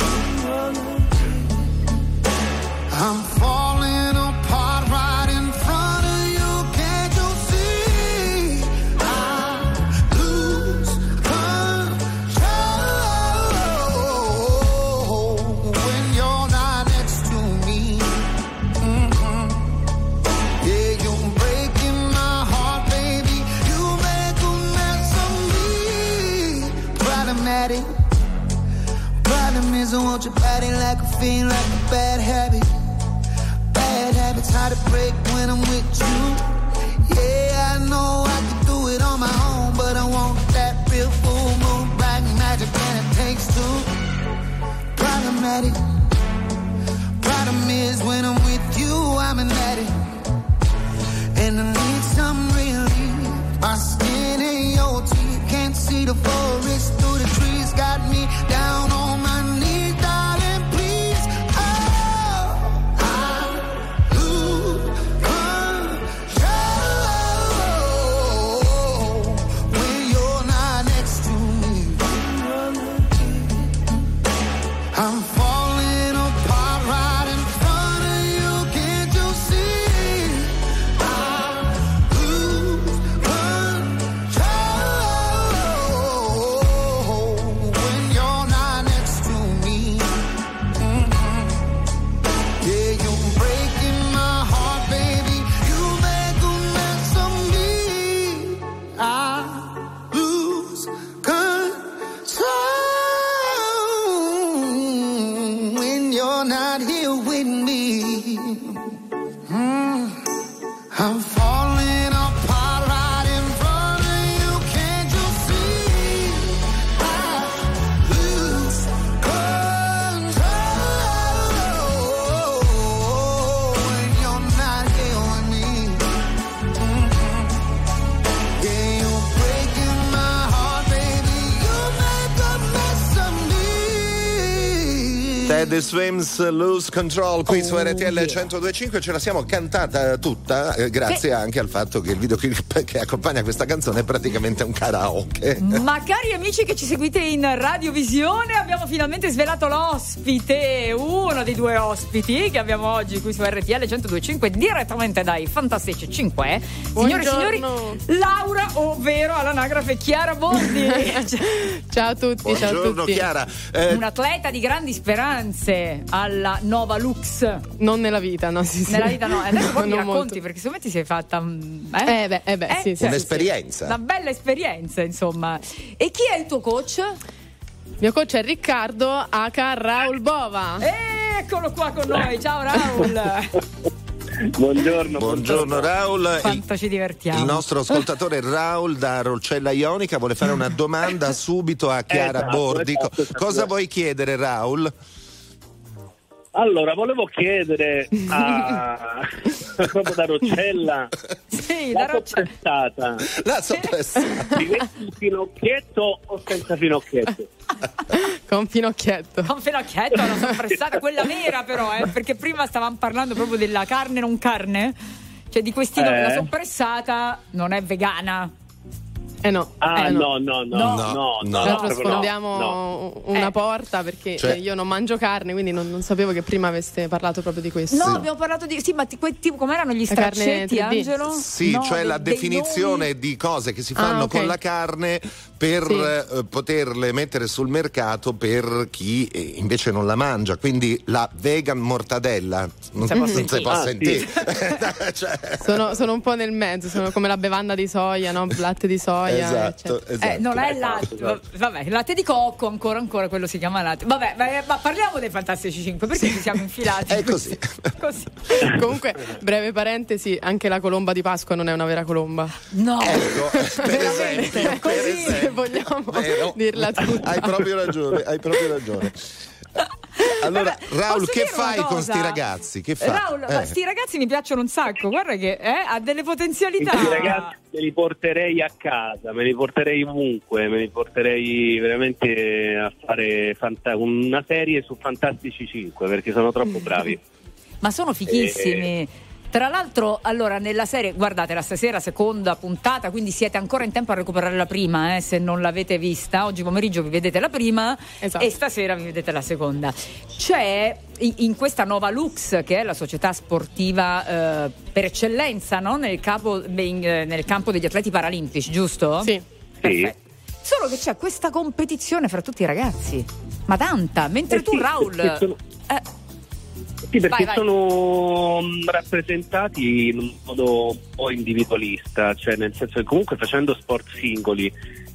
I'm falling apart right in front of you. Can't you see? I lose control when you're not next to me. Mhm. Yeah, you're breaking my heart, baby. You make a mess of me. Problematic. Problem is I want your body like a fiend, like a bad habit. Bad habits hard to break when I'm with you. Yeah, I know I can do it on my own, but I want that real full moon, black magic, and it takes two. Problematic. Problem is when I'm with you, I'm an addict, and I need some relief. My skin and your teeth can't see the forest through the trees. Got me down on my knees, darling, please. Oh, I lose control when you're not next to me. I'm falling apart right in front of you. Can't you see? I lose control when you're not next to me. Mhm. Yeah, you're breaking my heart, baby. You make a mess of me. I lose control when you're not here with me. Mm. I'm falling apart right in front of you. Can't you see? I lose control when you're not here with me. Mhm. Yeah, you're breaking my heart, baby. You make a mess of me. Ted Swims, Lose Control, qui su R T L centodue e cinque. Ce la siamo cantata tutta, eh, grazie Sì. anche al fatto che il videoclip che accompagna questa canzone è praticamente un karaoke. Ma cari amici che ci seguite in radiovisione, abbiamo finalmente svelato l'ospite, uno dei due ospiti che abbiamo oggi qui su R T L centodue e cinque direttamente dai Fantastici cinque. Signore e signori, Laura, ovvero all'anagrafe Chiara Bondi. Ciao a tutti, ciao a Buongiorno tutti. Chiara. Eh, Un atleta di grandi speranze alla Nova Lux. Non nella vita, no, sì, sì. Nella vita no, adesso poi mi Non racconti molto. perché secondo me ti sei fatta mm, eh? Eh beh, eh beh, Eh? sì, sì, Un'esperienza. Una bella esperienza, insomma. E chi è il tuo coach? Mio coach è Riccardo aka Raul Bova. Eccolo qua con noi, ciao Raul. Buongiorno. Buongiorno Raul. Quanto ci divertiamo. Il nostro ascoltatore Raul da Roccella Ionica vuole fare una domanda subito a Chiara Esatto, Bordi. Co- esatto, esatto. Cosa vuoi chiedere Raul? Allora, volevo chiedere a proprio da Roccella sì, la da Roccella. soppressata. La soppressata. Ti metti il finocchietto o senza finocchietto? Con Finocchietto. Con Finocchietto, una soppressata, quella vera però, eh, perché prima stavamo parlando proprio della carne non carne, cioè di questi Eh. la soppressata non è vegana. Eh no. Ah, eh no, no, no, no, no, no, no, Tra l'altro proprio sfondiamo no. una Eh. porta perché Cioè- eh, io non mangio carne, quindi non, non sapevo che prima aveste parlato proprio di questo. No, abbiamo parlato di sì, ma ti, quei, tipo com'erano gli La carne straccetti, tre D. Angelo? Sì, No, cioè dei- la dei definizione nomi. di cose che si Ah, fanno ok. con la carne per Sì. eh, poterle mettere sul mercato per chi eh, invece non la mangia. Quindi la vegan mortadella non, Si può non si sentire. può Ah, sentire. Cioè, Sono, sono un po' nel mezzo, sono come la bevanda di soia, no? Latte di soia. esatto, eccetera. esatto. Eh, non è Esatto, latte, esatto. vabbè, il latte di cocco, ancora, ancora quello si chiama latte. Vabbè, ma, ma parliamo dei Fantastici cinque, perché ci siamo infilati? È così. Così. Comunque, breve parentesi, anche la colomba di Pasqua non è una vera colomba. No, Ecco, per veramente, esempio, per così, esempio. Se vogliamo Vero. dirla tutta. Hai proprio ragione, hai proprio ragione. Allora, Vabbè, Raul, posso che dire una fai con cosa? sti ragazzi? Che fai? Raul, ma Eh. sti ragazzi mi piacciono un sacco, guarda che eh, ha delle potenzialità. I ragazzi me li porterei a casa, me li porterei ovunque, me li porterei veramente a fare fanta- una serie su Fantastici cinque perché sono troppo bravi. Ma sono fighissimi. Tra l'altro, allora, nella serie, guardate, la stasera seconda puntata, quindi siete ancora in tempo a recuperare la prima, eh, se non l'avete vista. Oggi pomeriggio vi vedete la prima Esatto. e stasera vi vedete la seconda. C'è in, in questa nuova Lux, che è la società sportiva eh, per eccellenza, no? nel, capo, beh, in- eh, nel campo degli atleti paralimpici, giusto? Sì. Perfetto. Solo che c'è questa competizione fra tutti i ragazzi, ma tanta, mentre Eh tu, sì, Raul... perché sono- eh, Sì, perché Vai, vai. sono mh, rappresentati in un modo un po' individualista, cioè nel senso che comunque facendo sport singoli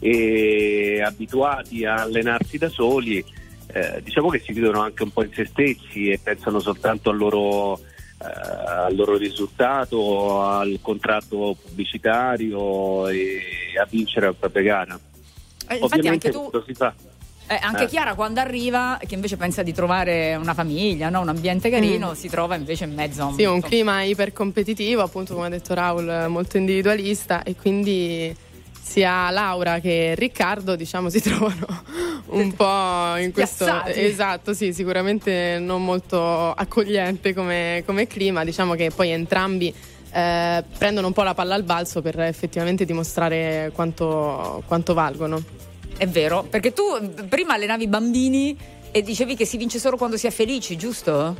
e abituati a allenarsi da soli, eh, diciamo che si chiudono anche un po' in se stessi e pensano soltanto al loro, eh, al loro risultato, al contratto pubblicitario e a vincere la propria gara. Eh, infatti Ovviamente anche tu- questo si fa. Eh, anche Eh. Chiara quando arriva, che invece pensa di trovare una famiglia, no? Un ambiente carino, Mm. si trova invece in mezzo a un... Sì, un clima ipercompetitivo, appunto come ha detto Raul, molto individualista, e quindi sia Laura che Riccardo, diciamo, si trovano un po' in questo... Spiazzati. Esatto, sì, sicuramente non molto accogliente come, come clima, diciamo che poi entrambi eh, prendono un po' la palla al balzo per effettivamente dimostrare quanto, quanto valgono. È vero, perché tu prima allenavi i bambini e dicevi che si vince solo quando si è felici, giusto?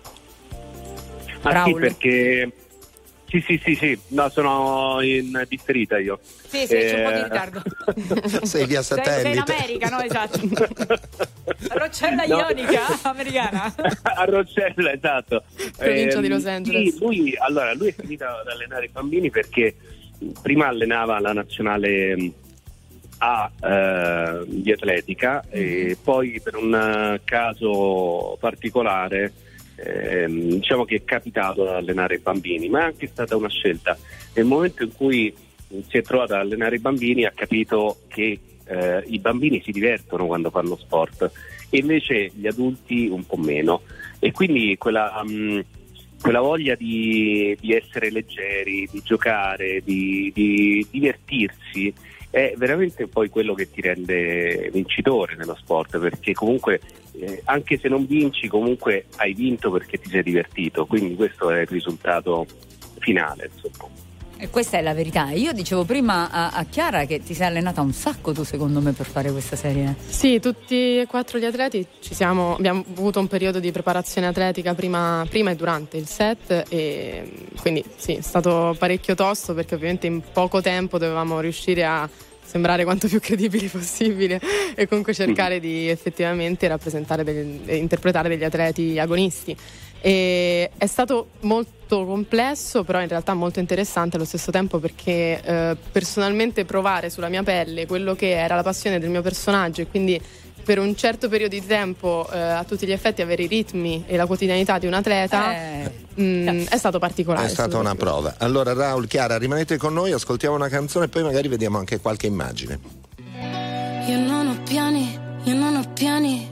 Ma Raul. sì, perché sì, sì, sì, sì, no, sono in differita io. Sì, sì, c'è un po' di Eh, ritardo. Sei via Sei, sei in satellite. America, no? Esatto. Roccella No. ionica americana. A Roccella, esatto. Provincia di Ehm, Los Angeles. Sì, lui, allora, lui è finito ad allenare i bambini perché prima allenava la nazionale mh, A eh, di atletica e poi per un eh, caso particolare ehm, diciamo che è capitato ad allenare i bambini, ma è anche stata una scelta. Nel momento in cui si è trovato ad allenare i bambini ha capito che eh, i bambini si divertono quando fanno sport e invece gli adulti un po' meno, e quindi quella, mh, quella voglia di, di essere leggeri, di giocare, di, di divertirsi è veramente poi quello che ti rende vincitore nello sport, perché comunque eh, anche se non vinci comunque hai vinto perché ti sei divertito, quindi questo è il risultato finale, insomma. E questa è la verità. Io dicevo prima a, a Chiara che ti sei allenata un sacco tu, secondo me, per fare questa serie. Sì, tutti e quattro gli atleti ci siamo, abbiamo avuto un periodo di preparazione atletica prima, prima e durante il set, e quindi sì, è stato parecchio tosto perché ovviamente in poco tempo dovevamo riuscire a sembrare quanto più credibili possibile e comunque cercare di effettivamente rappresentare degli, e interpretare degli atleti agonisti. E è stato molto complesso, però in realtà molto interessante allo stesso tempo, perché eh, personalmente provare sulla mia pelle quello che era la passione del mio personaggio e quindi per un certo periodo di tempo eh, a tutti gli effetti avere i ritmi e la quotidianità di un atleta Eh, mh, è stato particolare. È stata una prova. Allora Raul, Chiara, rimanete con noi, ascoltiamo una canzone e poi magari vediamo anche qualche immagine. Io non ho piani, io non ho piani,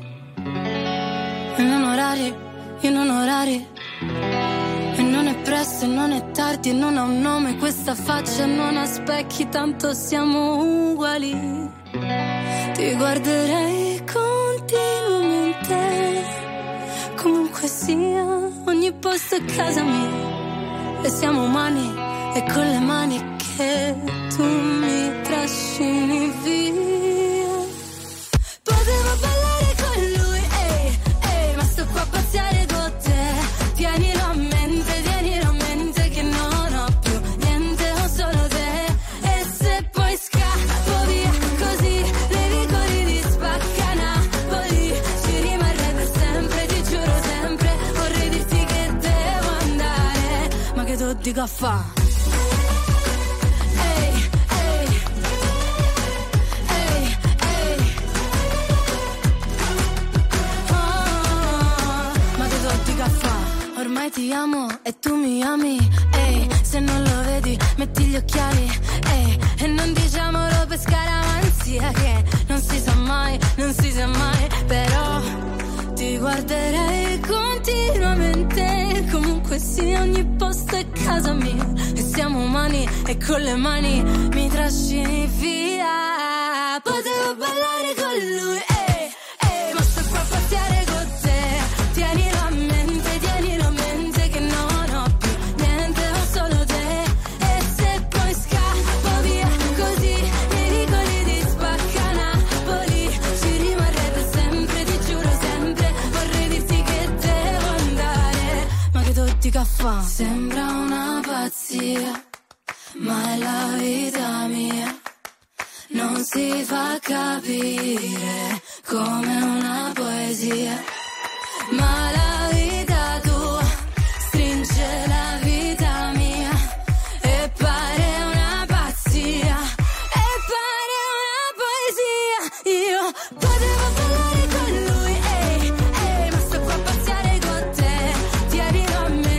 e non orari, io non ho orari, e non è presto e non è tardi e non ha un nome questa faccia, non ha specchi, tanto siamo uguali. Ti guarderei con continuamente. Comunque sia, ogni posto è casa mia. E siamo umani, e con le mani che tu mi trascini via. Potevo ballare con lui, ehi, ehi, ma sto qua a pazziare con te. Tienilo a mente, tienilo a mente che non ho più niente, ho solo te. E se poi scappo via così, nei vicoli di Spacca Napoli, ci rimarrei per sempre, ti giuro sempre. Vorrei dirti che devo andare, ma che tu dico a fa'? Ormai ti amo e tu mi ami, ehi, se non lo vedi metti gli occhiali, ehi, e non diciamolo per scaramanzia che non si sa mai, non si sa mai, però ti guarderei continuamente, comunque sia ogni posto è casa mia, e siamo umani e con le mani mi trascini via. Potevo ballare con lui, ehi, ehi, ma sto qua a pazziare con te, tienilo a mente. Sembra una pazzia, ma è la vita mia. Non si fa capire come una poesia, ma la vita tua stringe la vita mia e pare una pazzia, e pare una poesia. Io potevo ballare con lui, ehi, ehi, ma sto qua a pazziare con te. Tienilo a mente.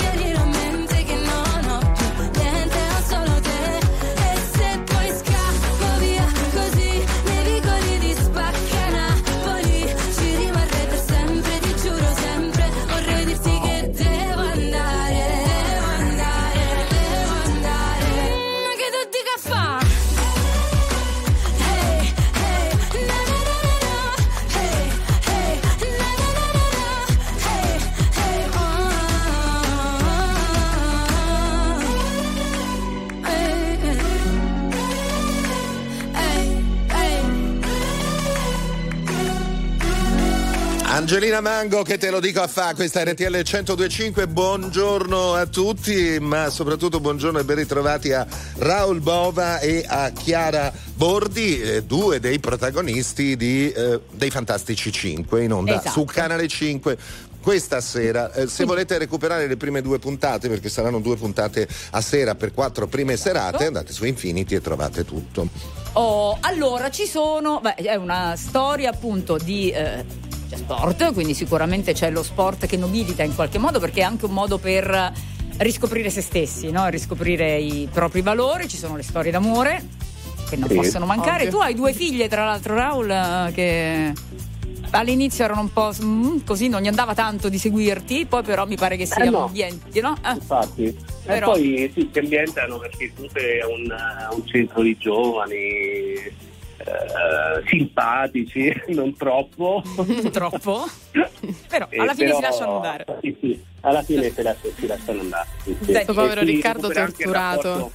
Angelina Mango, che te lo dico a fa, questa è R T L centodue e cinque. Buongiorno a tutti, ma soprattutto buongiorno e ben ritrovati a Raul Bova e a Chiara Bordi, eh, due dei protagonisti di eh, dei Fantastici cinque in onda, esatto, su Canale cinque questa sera. Eh, se volete recuperare le prime due puntate, perché saranno due puntate a sera per quattro prime serate, andate su Infinity e trovate tutto. Oh, allora ci sono, beh, è una storia appunto di eh, sport, quindi sicuramente c'è lo sport che nobilita in qualche modo, perché è anche un modo per riscoprire se stessi, no? Riscoprire i propri valori. Ci sono le storie d'amore che non sì. possono mancare. Ovvio. Tu hai due figlie, tra l'altro, Raul, che all'inizio erano un po' mm, così, non gli andava tanto di seguirti, poi però mi pare che siano eh no. ambienti, no? Ah. Infatti. Però... E poi sì, si ambientano perché comunque è un, un centro di giovani. Uh, simpatici, non troppo troppo però alla eh, fine però, si lasciano andare sì, sì, alla fine si, lascia, si lasciano andare sì, sì. Questo povero si Riccardo torturato rapporto,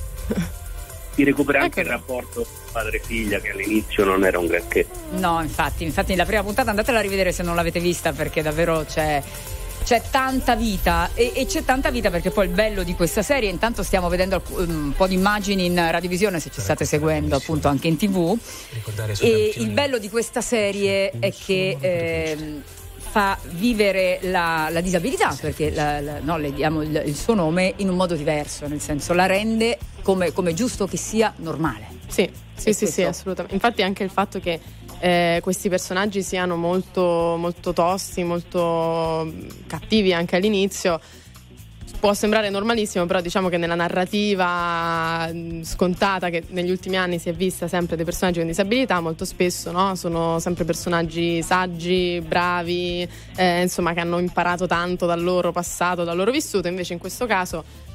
si recupera anche il rapporto padre-figlia, che all'inizio non era un granché. No, infatti infatti la prima puntata andatela a rivedere se non l'avete vista, perché davvero c'è c'è tanta vita e, e c'è tanta vita perché poi il bello di questa serie, intanto stiamo vedendo un po' di immagini in radiovisione, se ci state seguendo appunto anche in tv, e il bello di questa serie è che eh, fa vivere la, la disabilità, perché la, la, no, le diamo il, il suo nome in un modo diverso, nel senso la rende come, come giusto che sia normale. Sì, sì, sì, sì, assolutamente. Infatti anche il fatto che Eh, questi personaggi siano molto, molto tosti, molto cattivi anche all'inizio, può sembrare normalissimo, però diciamo che nella narrativa scontata che negli ultimi anni si è vista sempre dei personaggi con disabilità, molto spesso no? sono sempre personaggi saggi, bravi, eh, insomma, che hanno imparato tanto dal loro passato, dal loro vissuto. Invece in questo caso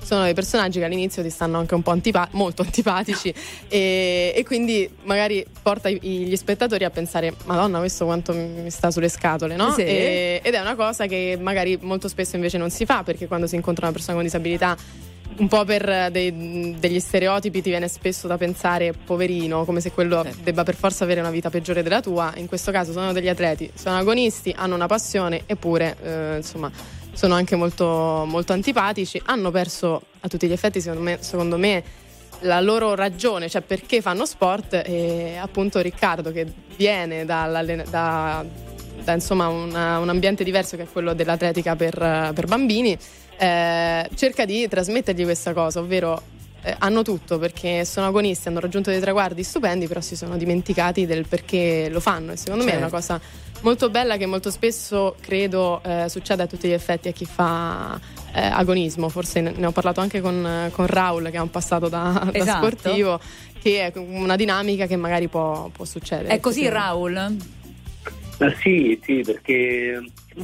sono dei personaggi che all'inizio ti stanno anche un po' antipa- molto antipatici e, e quindi magari porta i, gli spettatori a pensare Madonna, questo quanto mi sta sulle scatole, no? Sì. E, ed è una cosa che magari molto spesso invece non si fa, perché quando si incontra una persona con disabilità, un po' per dei, degli stereotipi, ti viene spesso da pensare poverino, come se quello sì. debba per forza avere una vita peggiore della tua. In questo caso sono degli atleti, sono agonisti, hanno una passione, eppure eh, insomma sono anche molto, molto antipatici, hanno perso a tutti gli effetti secondo me, secondo me la loro ragione, cioè perché fanno sport. E appunto Riccardo, che viene da, da insomma una, un ambiente diverso che è quello dell'atletica per, per bambini, Eh, cerca di trasmettergli questa cosa, ovvero eh, hanno tutto perché sono agonisti, hanno raggiunto dei traguardi stupendi, però si sono dimenticati del perché lo fanno, e secondo certo. me è una cosa molto bella che molto spesso credo eh, succede a tutti gli effetti a chi fa eh, agonismo. Forse ne ho parlato anche con, con Raul, che ha un passato da, esatto. da sportivo, che è una dinamica che magari può, può succedere. È così, Raul? Ah, sì, sì, perché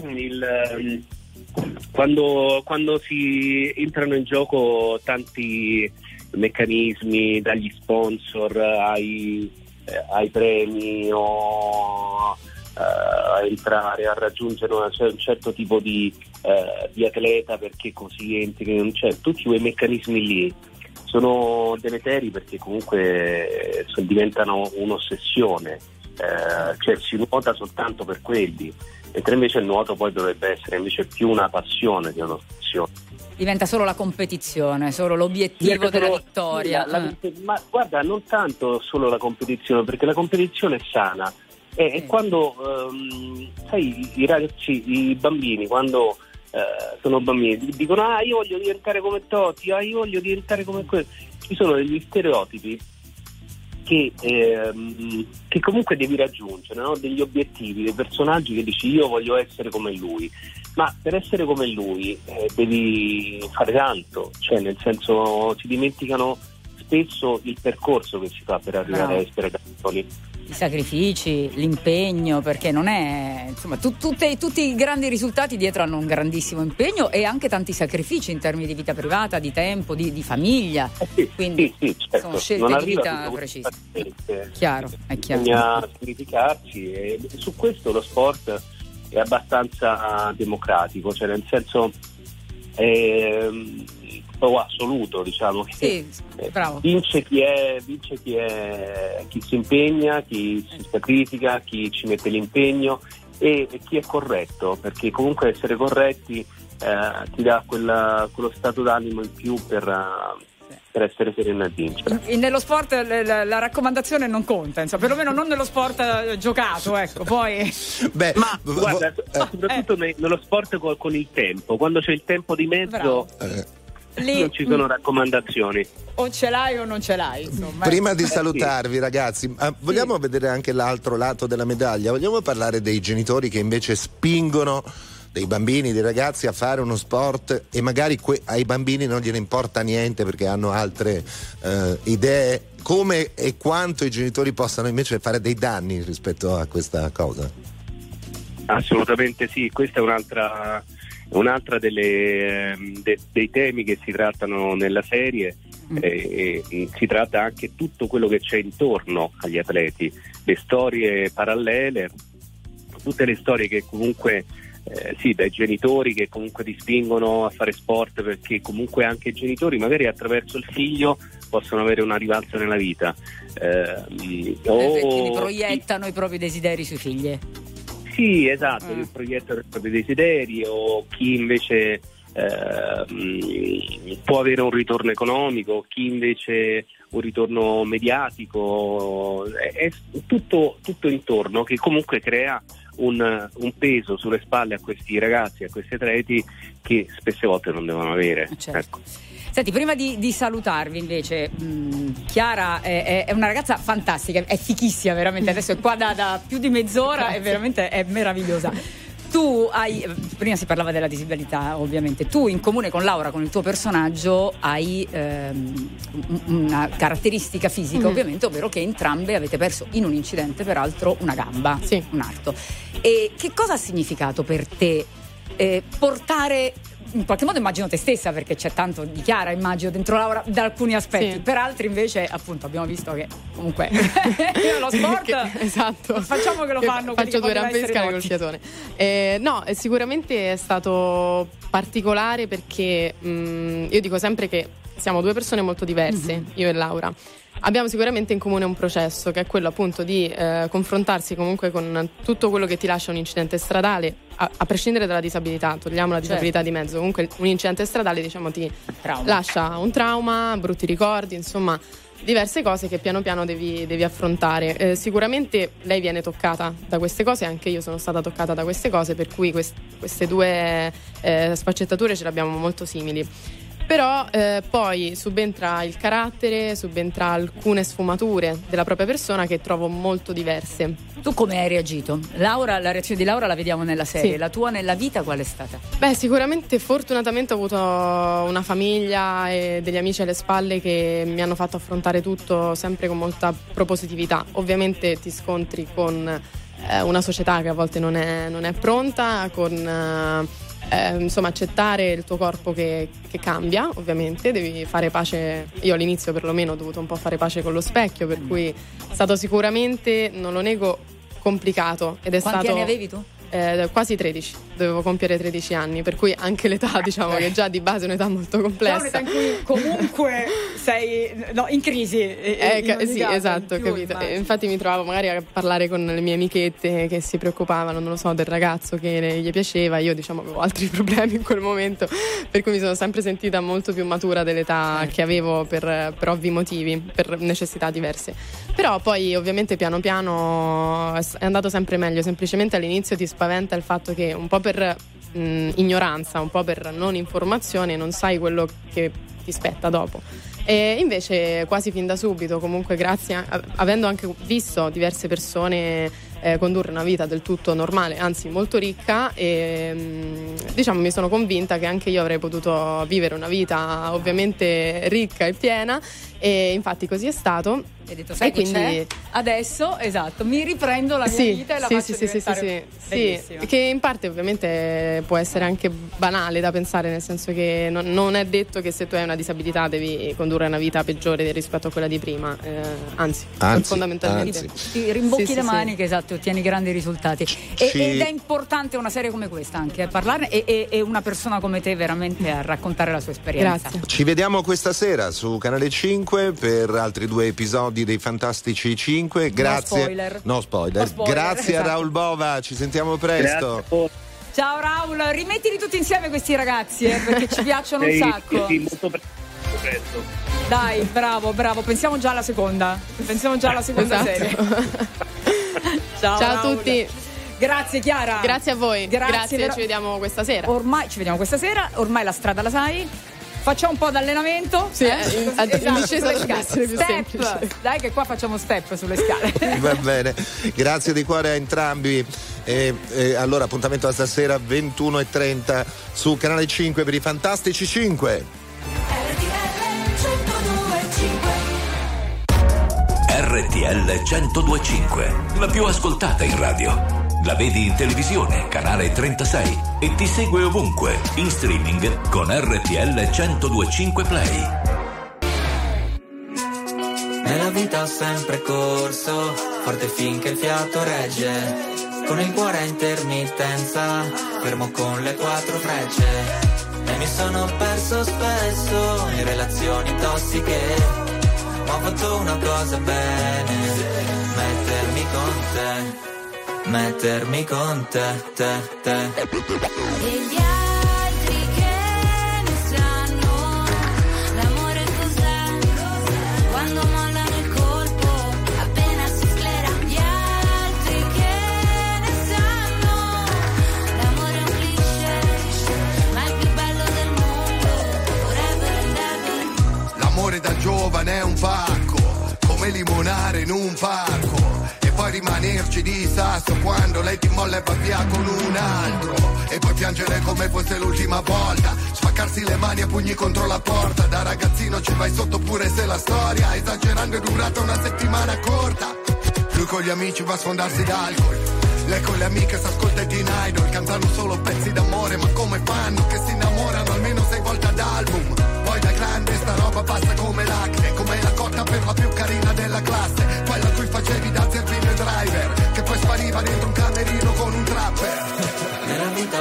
il Quando, quando si entrano in gioco tanti meccanismi, dagli sponsor ai, eh, ai premi o eh, a entrare a raggiungere una, cioè un certo tipo di, eh, di atleta, perché così entri, cioè, tutti quei meccanismi lì sono deleteri, perché comunque sono, diventano un'ossessione, eh, cioè si nuota soltanto per quelli, mentre invece il nuoto poi dovrebbe essere invece più una passione che un'ossessione. Diventa solo la competizione, solo l'obiettivo Diventa della solo, vittoria. La, la, eh. Ma guarda, non tanto solo la competizione, perché la competizione è sana. E, sì. e quando, um, sai, i ragazzi, i bambini, quando uh, sono bambini, dicono ah io voglio diventare come Totti, ah io voglio diventare come quello. Ci sono degli stereotipi Che, ehm, che comunque devi raggiungere, no? Degli obiettivi, dei personaggi che dici io voglio essere come lui, ma per essere come lui eh, devi fare tanto, cioè nel senso si dimenticano spesso il percorso che si fa per arrivare no. a essere tali. I sacrifici, l'impegno, perché non è insomma tu, tutte, tutti i grandi risultati dietro hanno un grandissimo impegno e anche tanti sacrifici in termini di vita privata, di tempo, di, di famiglia, eh sì, quindi sì, sì, certo. sono scelte non di vita precise. Chiaro, è chiaro. Bisogna sacrificarsi, e su questo lo sport è abbastanza democratico, cioè nel senso è oh, assoluto, diciamo che sì, bravo. vince chi è vince chi è chi si impegna, chi si sacrifica, chi ci mette l'impegno e, e chi è corretto, perché comunque essere corretti eh, ti dà quella, quello stato d'animo in più per uh, per essere sereno e vincere. Nello sport la, la raccomandazione non conta, insomma, perlomeno non nello sport eh, giocato, ecco, poi Beh, ma guarda, eh. soprattutto eh. nello sport con, con il tempo, quando c'è il tempo di mezzo eh. Lì, non ci sono mh. raccomandazioni, o ce l'hai o non ce l'hai, insomma. Prima di salutarvi ragazzi, eh, vogliamo sì. vedere anche l'altro lato della medaglia, vogliamo parlare dei genitori che invece spingono dei bambini, dei ragazzi a fare uno sport e magari que- ai bambini non gliene importa niente perché hanno altre eh, idee. Come e quanto i genitori possano invece fare dei danni rispetto a questa cosa? Assolutamente sì, questa è un'altra un'altra delle, de, dei temi che si trattano nella serie. mm. e, e si tratta anche tutto quello che c'è intorno agli atleti, le storie parallele, tutte le storie che comunque Eh, sì, dai genitori che comunque ti spingono a fare sport, perché comunque anche i genitori magari attraverso il figlio possono avere una rivalsa nella vita eh, o quindi proiettano chi... i propri desideri sui figli. Sì, esatto, mm. che proiettano i propri desideri, o chi invece eh, può avere un ritorno economico, chi invece un ritorno mediatico, è, è tutto, tutto intorno che comunque crea Un, un peso sulle spalle a questi ragazzi, a questi atleti che spesse volte non devono avere. Certo. Ecco. Senti, prima di, di salutarvi invece, mh, Chiara è, è una ragazza fantastica, è fichissima veramente, adesso è qua da, da più di mezz'ora e veramente è meravigliosa. Tu hai, prima si parlava della disabilità ovviamente, tu in comune con Laura, con il tuo personaggio, hai ehm, una caratteristica fisica mm-hmm. ovviamente, ovvero che entrambe avete perso in un incidente peraltro una gamba, sì. un arto. E che cosa ha significato per te eh, portare in qualche modo immagino te stessa, perché c'è tanto di Chiara, immagino, dentro Laura da alcuni aspetti. Sì. Per altri invece, appunto, abbiamo visto che comunque lo sport che, esatto, facciamo che lo fanno. Faccio due rampe in scala col fiatone. Eh, no, sicuramente è stato particolare perché mh, io dico sempre che siamo due persone molto diverse, mm-hmm. io e Laura. Abbiamo sicuramente in comune un processo che è quello appunto di eh, confrontarsi comunque con tutto quello che ti lascia un incidente stradale, a, a prescindere dalla disabilità, togliamo la disabilità certo. di mezzo. Comunque un incidente stradale, diciamo, ti trauma. lascia un trauma, brutti ricordi, insomma diverse cose che piano piano devi, devi affrontare. Eh, sicuramente lei viene toccata da queste cose, anche io sono stata toccata da queste cose, per cui quest, queste due eh, sfaccettature ce le abbiamo molto simili. Però eh, poi subentra il carattere, subentra alcune sfumature della propria persona che trovo molto diverse. Tu come hai reagito? Laura, la reazione di Laura la vediamo nella serie, sì. La tua nella vita qual è stata? Beh, sicuramente fortunatamente ho avuto una famiglia e degli amici alle spalle che mi hanno fatto affrontare tutto sempre con molta propositività. Ovviamente ti scontri con eh, una società che a volte non è, non è pronta, con... Eh, Eh, insomma accettare il tuo corpo che, che cambia, ovviamente devi fare pace. Io all'inizio perlomeno ho dovuto un po' fare pace con lo specchio, per cui è stato sicuramente, non lo nego, complicato. Ed è Quanti stato, anni avevi tu? Eh, quasi tredici, dovevo compiere tredici anni, per cui anche l'età, diciamo che già di base è un'età molto complessa. È un'età in cui comunque sei no, in crisi. Eh, in sì, caso, esatto, in più, capito. E infatti mi trovavo magari a parlare con le mie amichette che si preoccupavano, non lo so, del ragazzo che gli piaceva. Io, diciamo, avevo altri problemi in quel momento, per cui mi sono sempre sentita molto più matura dell'età sì. che avevo per, per ovvi motivi, per necessità diverse. Però poi ovviamente piano piano è andato sempre meglio. Semplicemente all'inizio ti spaventa il fatto che un po' per mh, ignoranza, un po' per non informazione, non sai quello che ti spetta dopo. E invece quasi fin da subito, comunque grazie a, avendo anche visto diverse persone eh, condurre una vita del tutto normale, anzi molto ricca, e mh, diciamo mi sono convinta che anche io avrei potuto vivere una vita ovviamente ricca e piena, e infatti così è stato. Hai detto, sai e che quindi c'è? Adesso, esatto, mi riprendo la mia sì, vita e la sì, faccio sì, diventare sì, sì, bellissima. sì, che in parte ovviamente può essere anche banale da pensare, nel senso che non, non è detto che se tu hai una disabilità devi condurre una vita peggiore rispetto a quella di prima, eh, anzi, anzi fondamentalmente anzi. ti rimbocchi sì, le sì, mani sì. che esatto, ottieni grandi risultati. E, Ci... ed è importante una serie come questa anche a parlarne e, e, e una persona come te veramente a raccontare la sua esperienza. Grazie. Ci vediamo questa sera su Canale cinque per altri due episodi dei Fantastici cinque. Grazie. No spoiler. No spoiler. No spoiler. Grazie Esatto. a Raul Bova, ci sentiamo presto. Grazie. Ciao Raul, rimettili tutti insieme questi ragazzi eh, perché ci piacciono un Sì, sacco. sì, molto pre- presto. Dai, bravo, bravo, pensiamo già alla seconda. Pensiamo già alla seconda Esatto. serie. Ciao, Ciao a Raul. tutti. Grazie Chiara. Grazie a voi. Grazie, Grazie, vera- ci vediamo questa sera. Ormai ci vediamo questa sera, ormai la strada la sai. Facciamo un po' d'allenamento. Sì, eh? in- Così- in discesa sulle dovrebbe scale. essere più Step. semplice. Dai che qua facciamo step sulle scale. Va bene, grazie di cuore a entrambi. E, e allora appuntamento a stasera ventuno e trenta su Canale cinque per i Fantastici cinque. R T L centodue e cinque, la più ascoltata in radio. La vedi in televisione, canale trentasei, e ti segue ovunque, in streaming con R T L centodue e cinque Play. Nella vita ho sempre corso, forte finché il fiato regge. Con il cuore a intermittenza, fermo con le quattro frecce. E mi sono perso spesso in relazioni tossiche, ma ho fatto una cosa bene, mettermi con te. Mettermi con te, te, te. E gli altri che ne sanno, l'amore cos'è, quando mollano il colpo, appena si sclera. Gli altri che ne sanno, l'amore è un cliché, ma è il più bello del mondo, forever and ever. L'amore da giovane è un pacco, come limonare in un parco. Poi rimanerci di sasso quando lei ti molla e va via con un altro. E poi piangere come fosse l'ultima volta, spaccarsi le mani a pugni contro la porta. Da ragazzino ci vai sotto pure se la storia, esagerando, è durata una settimana corta. Lui con gli amici va a sfondarsi d'alcol, lei con le amiche s'ascolta i Teen Idol, cantano solo pezzi d'amore. Ma come fanno che si innamorano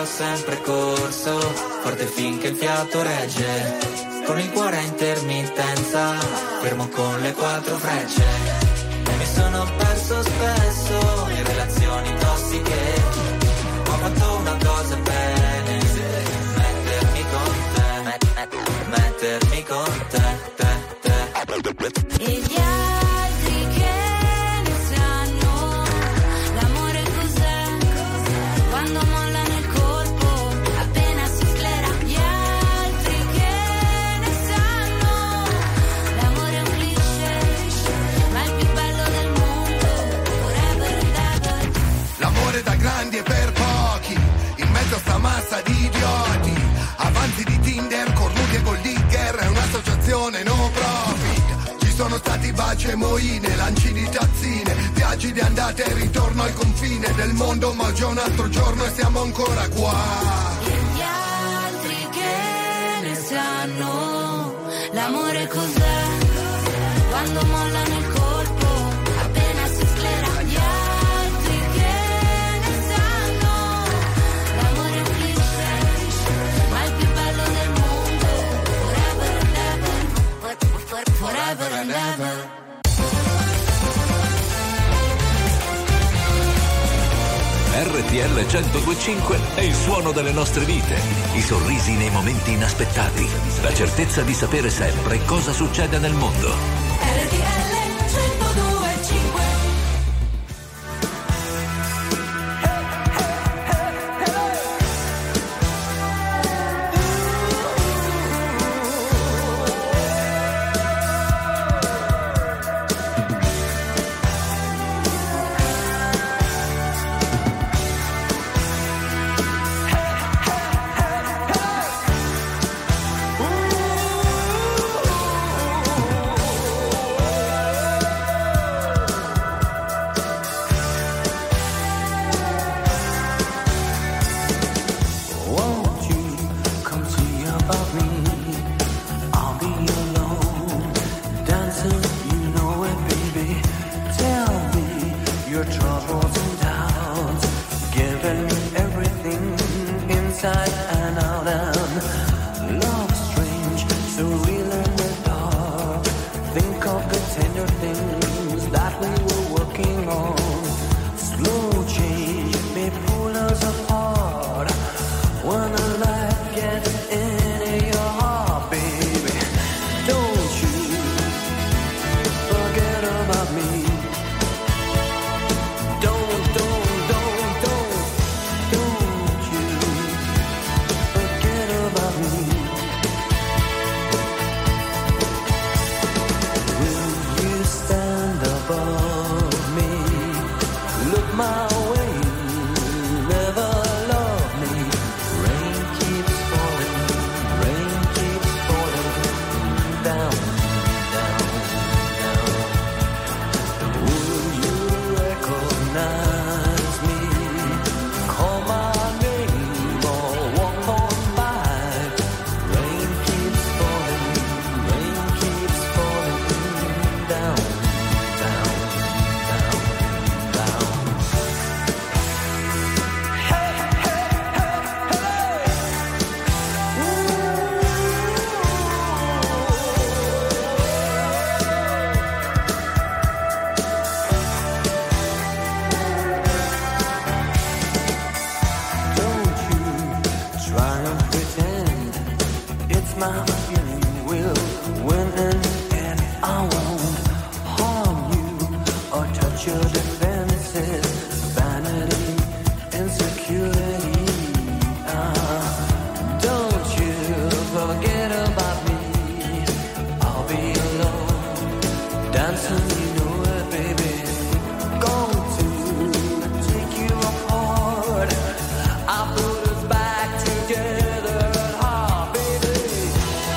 sempre corso, forte finché il fiato regge, con il cuore a intermittenza, fermo con le quattro frecce. E mi sono perso spesso in relazioni tossiche, ho fatto una cosa bene, mettermi con te, met- mettermi con te, te, te. E gli altri che ne sanno, l'amore cos'è, quando mollano il colpo, appena si sclera. Gli altri che ne sanno, l'amore è un cliché, ma il più bello del mondo, forever and ever. L'amore da grandi e per pochi, in mezzo a sta massa di idioti, avanti di Tinder, cornuti e gold digger, è un'associazione no profit. Ci sono stati baci e moine, lanci di tazzine, viaggi di andata e ritorno al confine del mondo, ma oggi è un altro giorno e siamo ancora qua. E gli altri che ne sanno, l'amore cos'è, quando mollano il colpo, appena si sclera. Gli altri che ne sanno, l'amore è un cliché, ma il più bello del mondo, forever and ever, for- for- forever and ever. R T L centodue e cinque è il suono delle nostre vite, i sorrisi nei momenti inaspettati, la certezza di sapere sempre cosa succede nel mondo. R T L centodue e cinque. Won't you come see about me? I'll be alone, dancing, you know it, baby. Tell me your troubles and doubts, giving everything inside and out. And love strange, so real in the dark. Think of the tender things that we were working on. Slow change may pull us apart. When the light gets into your heart, baby, don't you forget about me. Don't, don't, don't, don't, don't you forget about me. Will you stand above me? Look my way, never love me. Rain keeps falling, rain keeps falling down, down, down. Will you recognize me? Call my name or walk on by. Rain keeps falling, rain keeps falling down, down, down, down. Don't you try and pretend it's my feeling will win in the end. I won't harm you or touch your defenses, vanity, insecurity. Ah, don't you forget about me. I'll be alone, dancing, you know it, baby. Going to take you apart. I put us back together, ah, baby.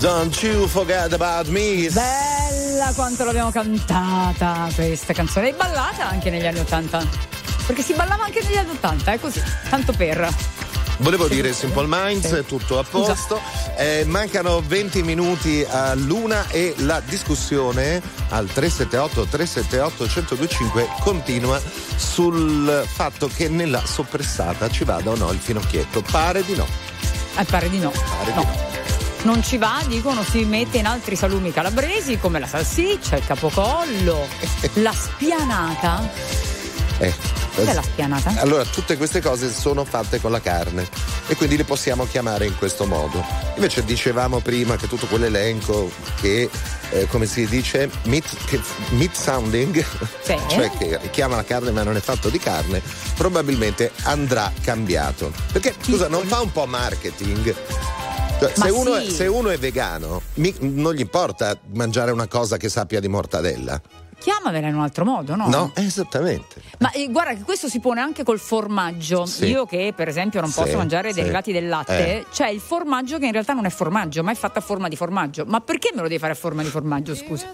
Don't you forget about me. Bella quanto l'abbiamo cantata questa canzone, e ballata anche negli anni ottanta, perché si ballava anche negli anni ottanta, è così, tanto per. Volevo dire Simple Minds, sì. Tutto a posto. Eh, mancano venti minuti all'una e la discussione al tre sette otto tre sette otto uno zero due cinque continua sul fatto che nella soppressata ci vada o no il finocchietto. Pare di no. Eh, pare di no. Pare no. di no. Non ci va, dicono, si mette in altri salumi calabresi come la salsiccia, il capocollo, la spianata. Eh. Cos'è la spianata? Allora, tutte queste cose sono fatte con la carne e quindi le possiamo chiamare in questo modo. Invece dicevamo prima che tutto quell'elenco che, eh, come si dice, meat, che, meat sounding, sì. Cioè che chiama la carne ma non è fatto di carne, probabilmente andrà cambiato. Perché, scusa, non fa un po' marketing? Se uno, sì. è, se uno è vegano, mi, non gli importa mangiare una cosa che sappia di mortadella. Chiamavela in un altro modo, no? No, esattamente. Ma eh, guarda che questo si pone anche col formaggio. Sì. Io che per esempio non posso sì, mangiare sì. derivati del latte, eh. c'è il formaggio che in realtà non è formaggio, ma è fatto a forma di formaggio. Ma perché me lo devi fare a forma di formaggio, scusa?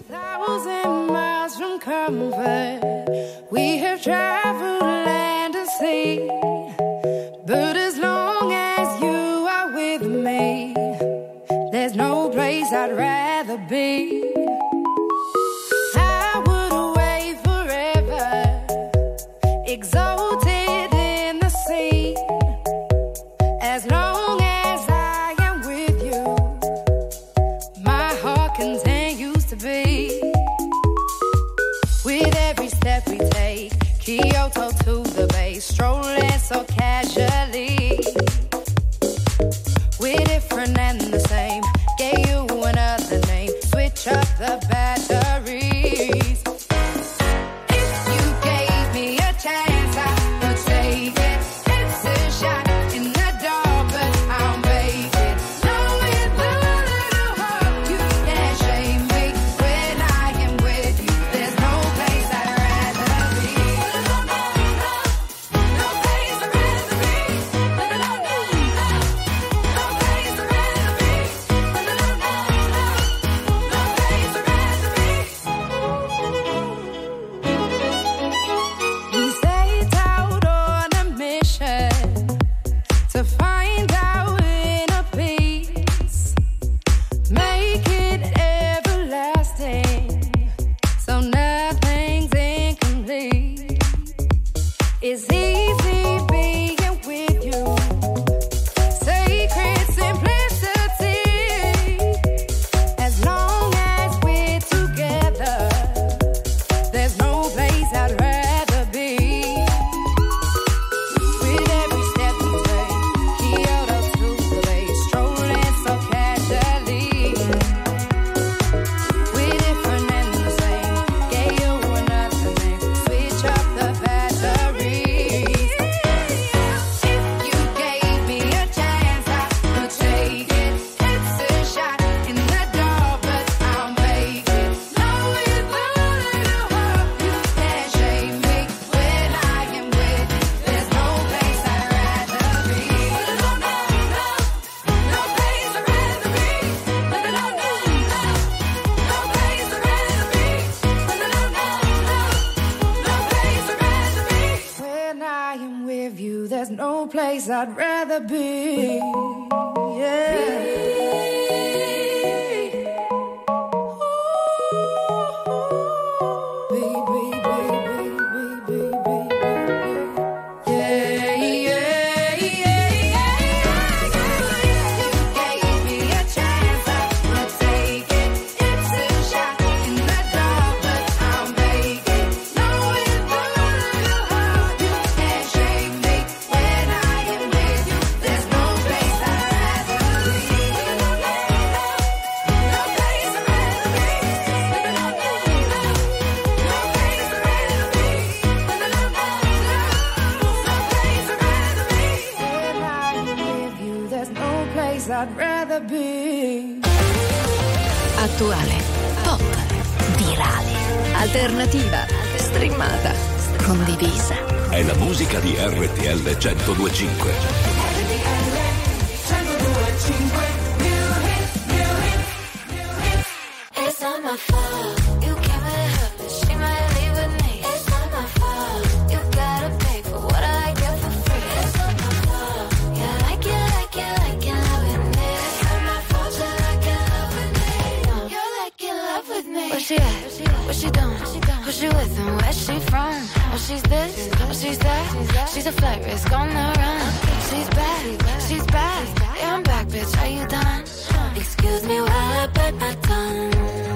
We have traveled land and sea, but as long as you are with me, there's no place I'd rather be. I would away forever, exalted in the sea, as long as I am with you, my heart continues to beat. With every step we take, Kyoto to the bay, strolling so casually. We're different and the same, gave you another name, switch up the batteries. If you gave me a chance, I would take it. It's a shot in the dark, but I'll make it. Knowing the little heart, you can't shame me. When I am with you, there's no place I'd rather be. No place I'd rather be. No place I'd rather be. No place I'd rather be. We set out on a mission to find our inner peace, make it everlasting, so nothing's incomplete. It's easy being with you, sacred simplicity. As long as we're together, there's no place I'd rather be. With every step we take, Kyoto to the bay, strolling so casually. We're different and the same, gave you another name, switch up the batteries. If you gave me a chance, I would take it. It's a shot in the dark, but I'll make it. Knowing the little heart, you can't shame me. When I am with you, there's no place I'd rather be. No, no, no, no place I'd rather be. No, no, no, no, no place I'd rather be. No, no, no, no, no place I'd rather be. When I am with you, there's no place I'd rather be. I'd rather be. Attuale, pop, virale, alternativa, streamata, condivisa. È la musica di R T L centodue e cinque. not my fault. You came with her, but she might leave with me. It's not my fault. You gotta pay for what I get for free. It's not my fault. Yeah, like it, like it, like it, love with me. It's not my fault. You like it, love with me. No, you're like in love with me. Where she at? What she doing? Who she with and where she from? Oh, she's this, oh, she's that. She's a flight risk on the run. She's back, she's back. Yeah, I'm back, bitch. Are you done? Excuse me while I bite my tongue.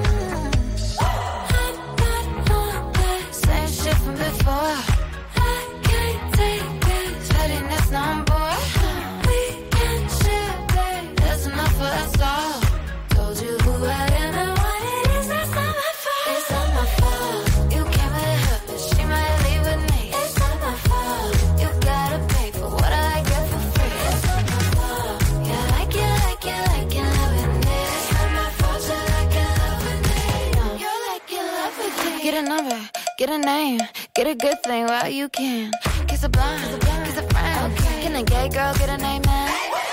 I'm not on that same shit from before. I can't take this pettiness no more. We can share, babe. There's enough for us all. Told you who I am and what it is. That's not my fault. It's not my fault. You came with her, but she might leave with me. It's not my fault. You gotta pay for what I get for free. It's not my fault. Yeah, like it, like it, like it, love with me. It's not my fault. You like it, love with me. No, you're like in love with me. Get a number, get a name, get a good thing while you can. Kiss a blind, kiss a friend. Can a gay girl get a name now?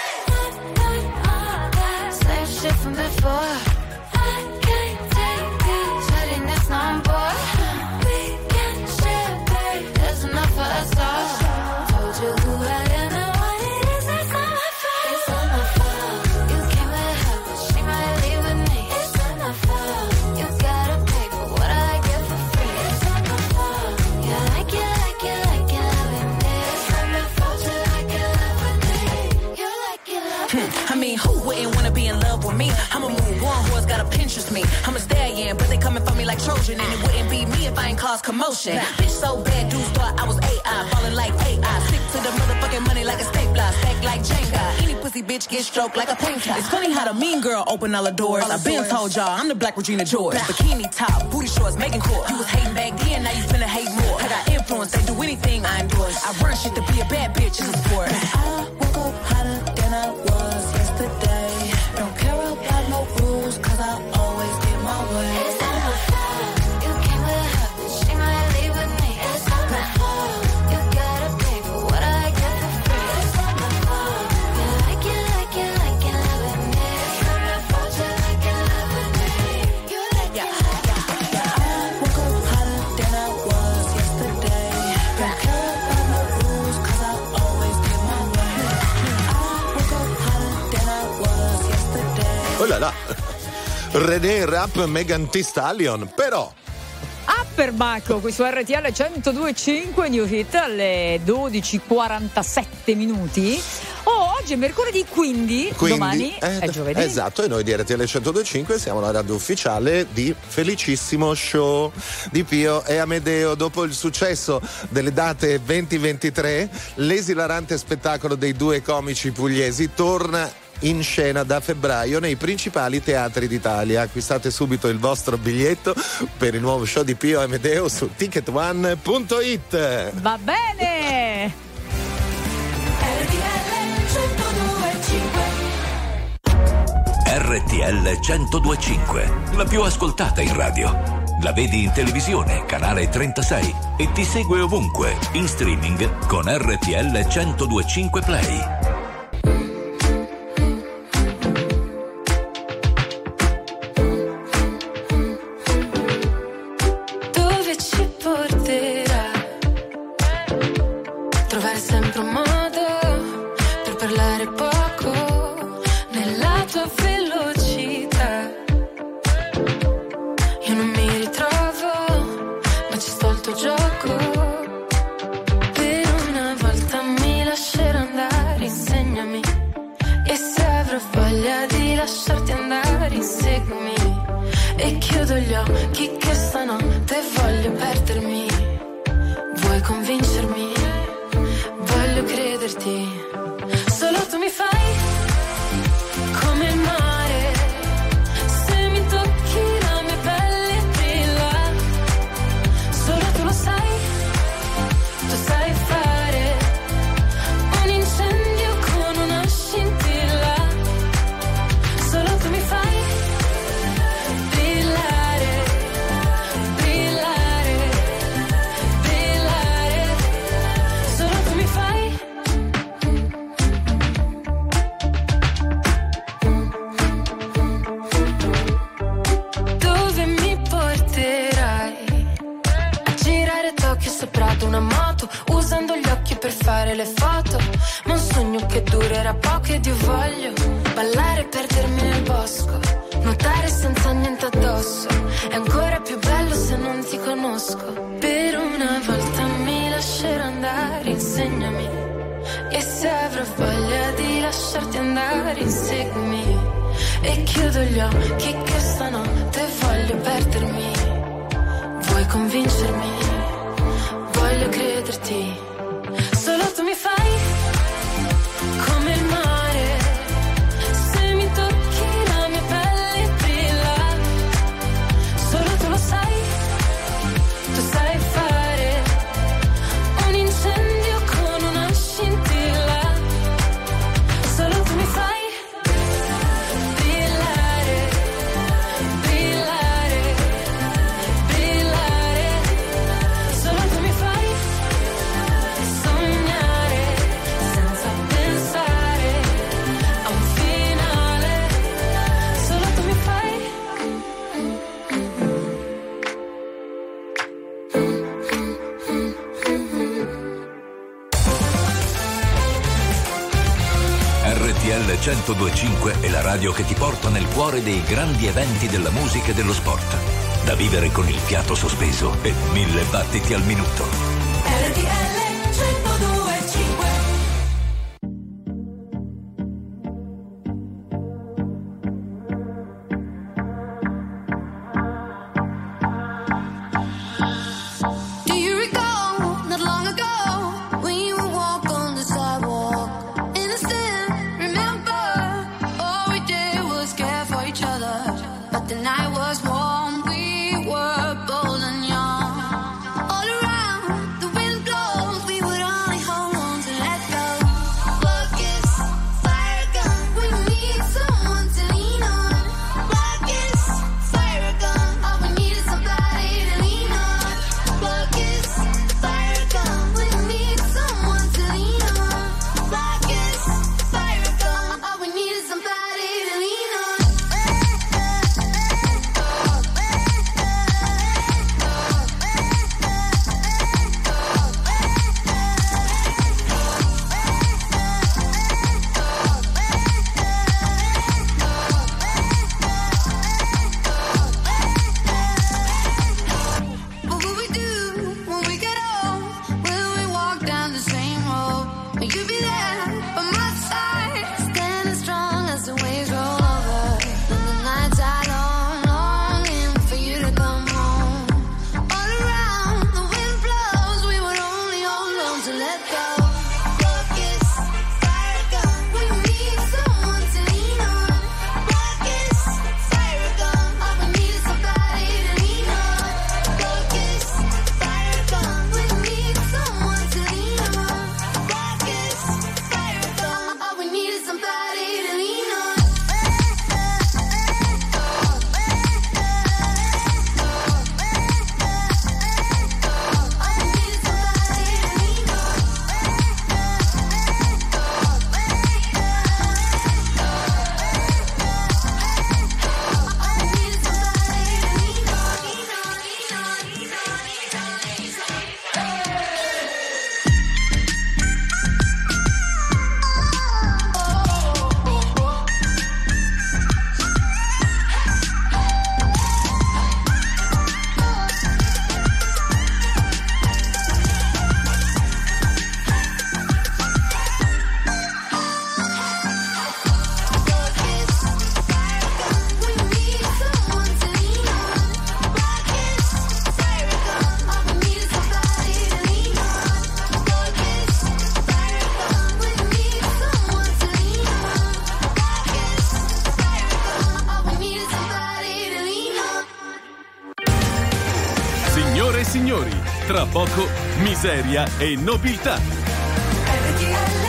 Same shit from before. I can't take this pettiness no more. We can share, babe. There's enough for us all. Told you who I am and what it is. That's not my fault. It's not my fault. You came with her, but she might leave with me. It's not my fault. You gotta pay for what I get for free. It's not my fault. Yeah, like it, like it, like it, love with me. It's not my fault. You like it, love with me. You like it, love with me. I mean, who wouldn't wanna be in love with me? I'm a move on, who's gotta Pinterest me. I'm a stallion, but they coming for me like Trojan. And it wouldn't be me if I ain't cause commotion. Bitch so bad, dudes thought I was A I. Falling like A I. Stick to the motherfucking money like a stapler. Stack like Jenga. Any pussy bitch get stroked like a painter. It's funny how the mean girl open all the doors. I been told y'all, I'm the black Regina George. Bikini top, booty shorts, making court. You was hating back then, now you finna hate more. I got influence, they do anything I endorse. I run shit to be a bad bitch in the sport. I woke up hotter than I was yesterday. Don't care about no rules, cause I always get my way. It's not my fault. You came with her, but she might leave with me. It's not my fault. You gotta pay for what I get for free. It's not my fault. You like it, like it, like it, love with me. It's not my fault. You like it, love with me. You like it, like it, like it. I woke up hotter than I was yesterday. Don't care about no rules, cause I always get my way. I woke up hotter than I was yesterday. Oh là là. René Rap Megan Thee Stallion, però Upperbacco qui su R T L centodue e cinque, New Hit alle dodici e quarantasette minuti. Oh, oggi è mercoledì, quindi, Quindi, domani eh, è giovedì. Esatto, e noi di R T L centodue e cinque siamo la radio ufficiale di Felicissimo Show di Pio e Amedeo. Dopo il successo delle date venti ventitré, l'esilarante spettacolo dei due comici pugliesi torna in scena da febbraio nei principali teatri d'Italia. Acquistate subito il vostro biglietto per il nuovo show di Pio e Amedeo su ticket one punto it. Va bene! R T L centodue e cinque, la più ascoltata in radio. La vedi in televisione, canale trentasei, e ti segue ovunque, in streaming con R T L centodue e cinque Play. Dove ci porterà? Trovare sempre un modo per parlare poco nella tua velocità. Io non mi ritrovo, ma ci sto al tuo gioco. Per una volta mi lascerò andare, insegnami. E se avrò voglia di lasciarti andare, inseguimi. E chiudo gli occhi che stanotte voglio perdermi. Vuoi convincermi? Voglio crederti. Solo tu mi fai come il mare. Se mi tocchi la mia pelle brilla. Solo tu lo sai. Tu sai fare un incendio con una scintilla. Solo tu mi fai brillare, brillare, brillare. Solo tu mi fai. fare le foto, ma un sogno che durerà poco ed io voglio ballare e perdermi nel bosco, nuotare senza niente addosso, è ancora più bello se non ti conosco. Per una volta mi lascerò andare, insegnami, e se avrò voglia di lasciarti andare, inseguimi, e chiudo gli occhi che stanotte voglio perdermi. Vuoi convincermi? Voglio crederti. Solo tu mi fai come il mare, se mi tocchi la mia pelle brilla. Solo tu lo sai, tu sai fare un incendio con una scintilla. Solo tu mi fai brillare, brillare, brillare. Solo tu mi fai sognare senza pensare a un finale. Solo tu mi fai. R T L centodue e cinque è la radio che ti porta nel cuore dei grandi eventi della musica e dello sport. Da vivere con il fiato sospeso e mille battiti al minuto. R T L centodue e cinque. Do you recall, not long ago, when you would walk on the sidewalk? Innocent, remember, all we did was care for each other. But the night was warm, we were bold and young. All around, the wind blows, we would only hold on to let go. Focus, fire gun, we need someone to lean on. Focus, fire gun, all we need is somebody to lean on. Focus, fire gun, we need someone to lean on. Focus, fire gun, all we need is somebody to lean on. What will we do when we get old? Will we walk down the same road? Will you be there by my side, standing strong as the waves roll over? And the nights are long, longing for you to come home. All around, the wind blows, we would only hold on to let go. Focus, fire gun, we need someone to lean on. Focus, fire gun, all we need is somebody to lean on. Focus, fire gun, we need someone to lean on. Focus, fire gun, all we need is somebody to lean on. Signore e signori, tra poco miseria e nobiltà. R T L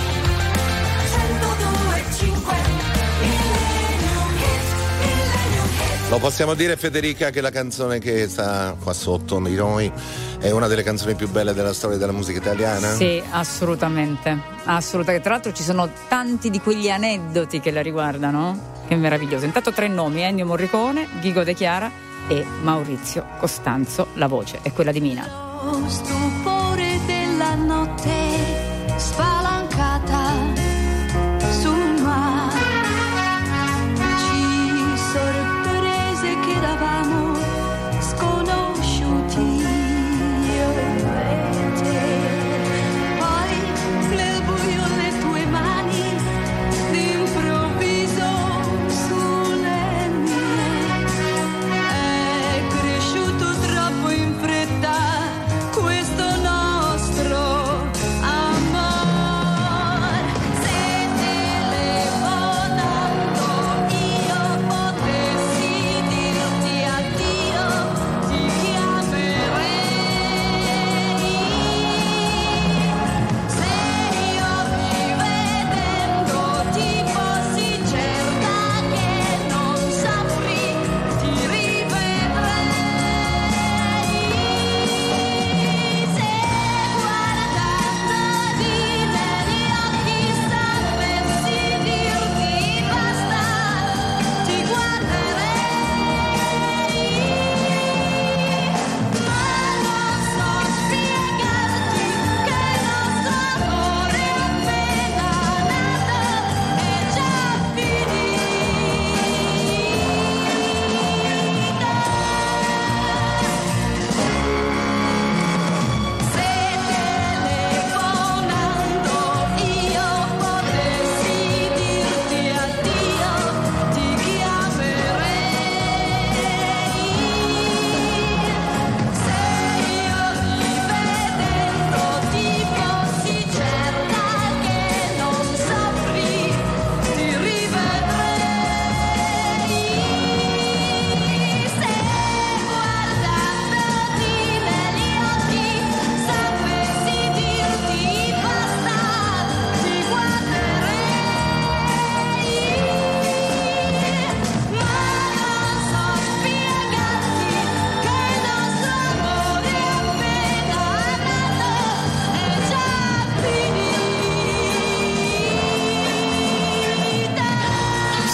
centodue e cinque. Millennium Hit, Millennium Hit. Lo possiamo dire, Federica, che la canzone che sta qua sotto di noi è una delle canzoni più belle della storia della musica italiana? Sì, assolutamente. Assolutamente. Tra l'altro ci sono tanti di quegli aneddoti che la riguardano. Che meraviglioso. Intanto tre nomi: Ennio Morricone, Ghigo De Chiara e Maurizio Costanzo. La voce è quella di Mina. Stupore della notte,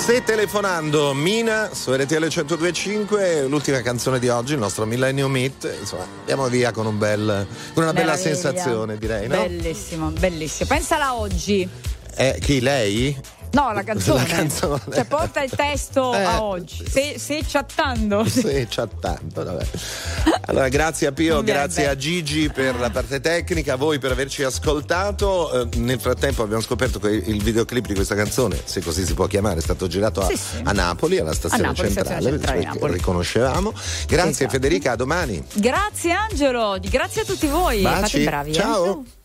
Se telefonando Mina su R T L centodue e cinque, l'ultima canzone di oggi, il nostro Millennium Hit, insomma andiamo via con un bel con una bella Meraviglia. sensazione, direi, no? Bellissimo, bellissimo. Pensala oggi. Eh, chi, lei? No, la canzone. La canzone. Cioè, porta il testo Eh. a oggi. Se, se chattando. Sì, chattando, vabbè. Allora, grazie a Pio, Beh, grazie beh. a Gigi per la parte tecnica, a voi per averci ascoltato. Eh, nel frattempo abbiamo scoperto che il videoclip di questa canzone, se così si può chiamare, è stato girato a, Sì, sì. a Napoli, alla stazione A Napoli, centrale, stazione centrale di perché Napoli. riconoscevamo. Grazie Esatto. Federica, a domani. Grazie Angelo, grazie a tutti voi. Baci. Fate bravi. eh. Ciao.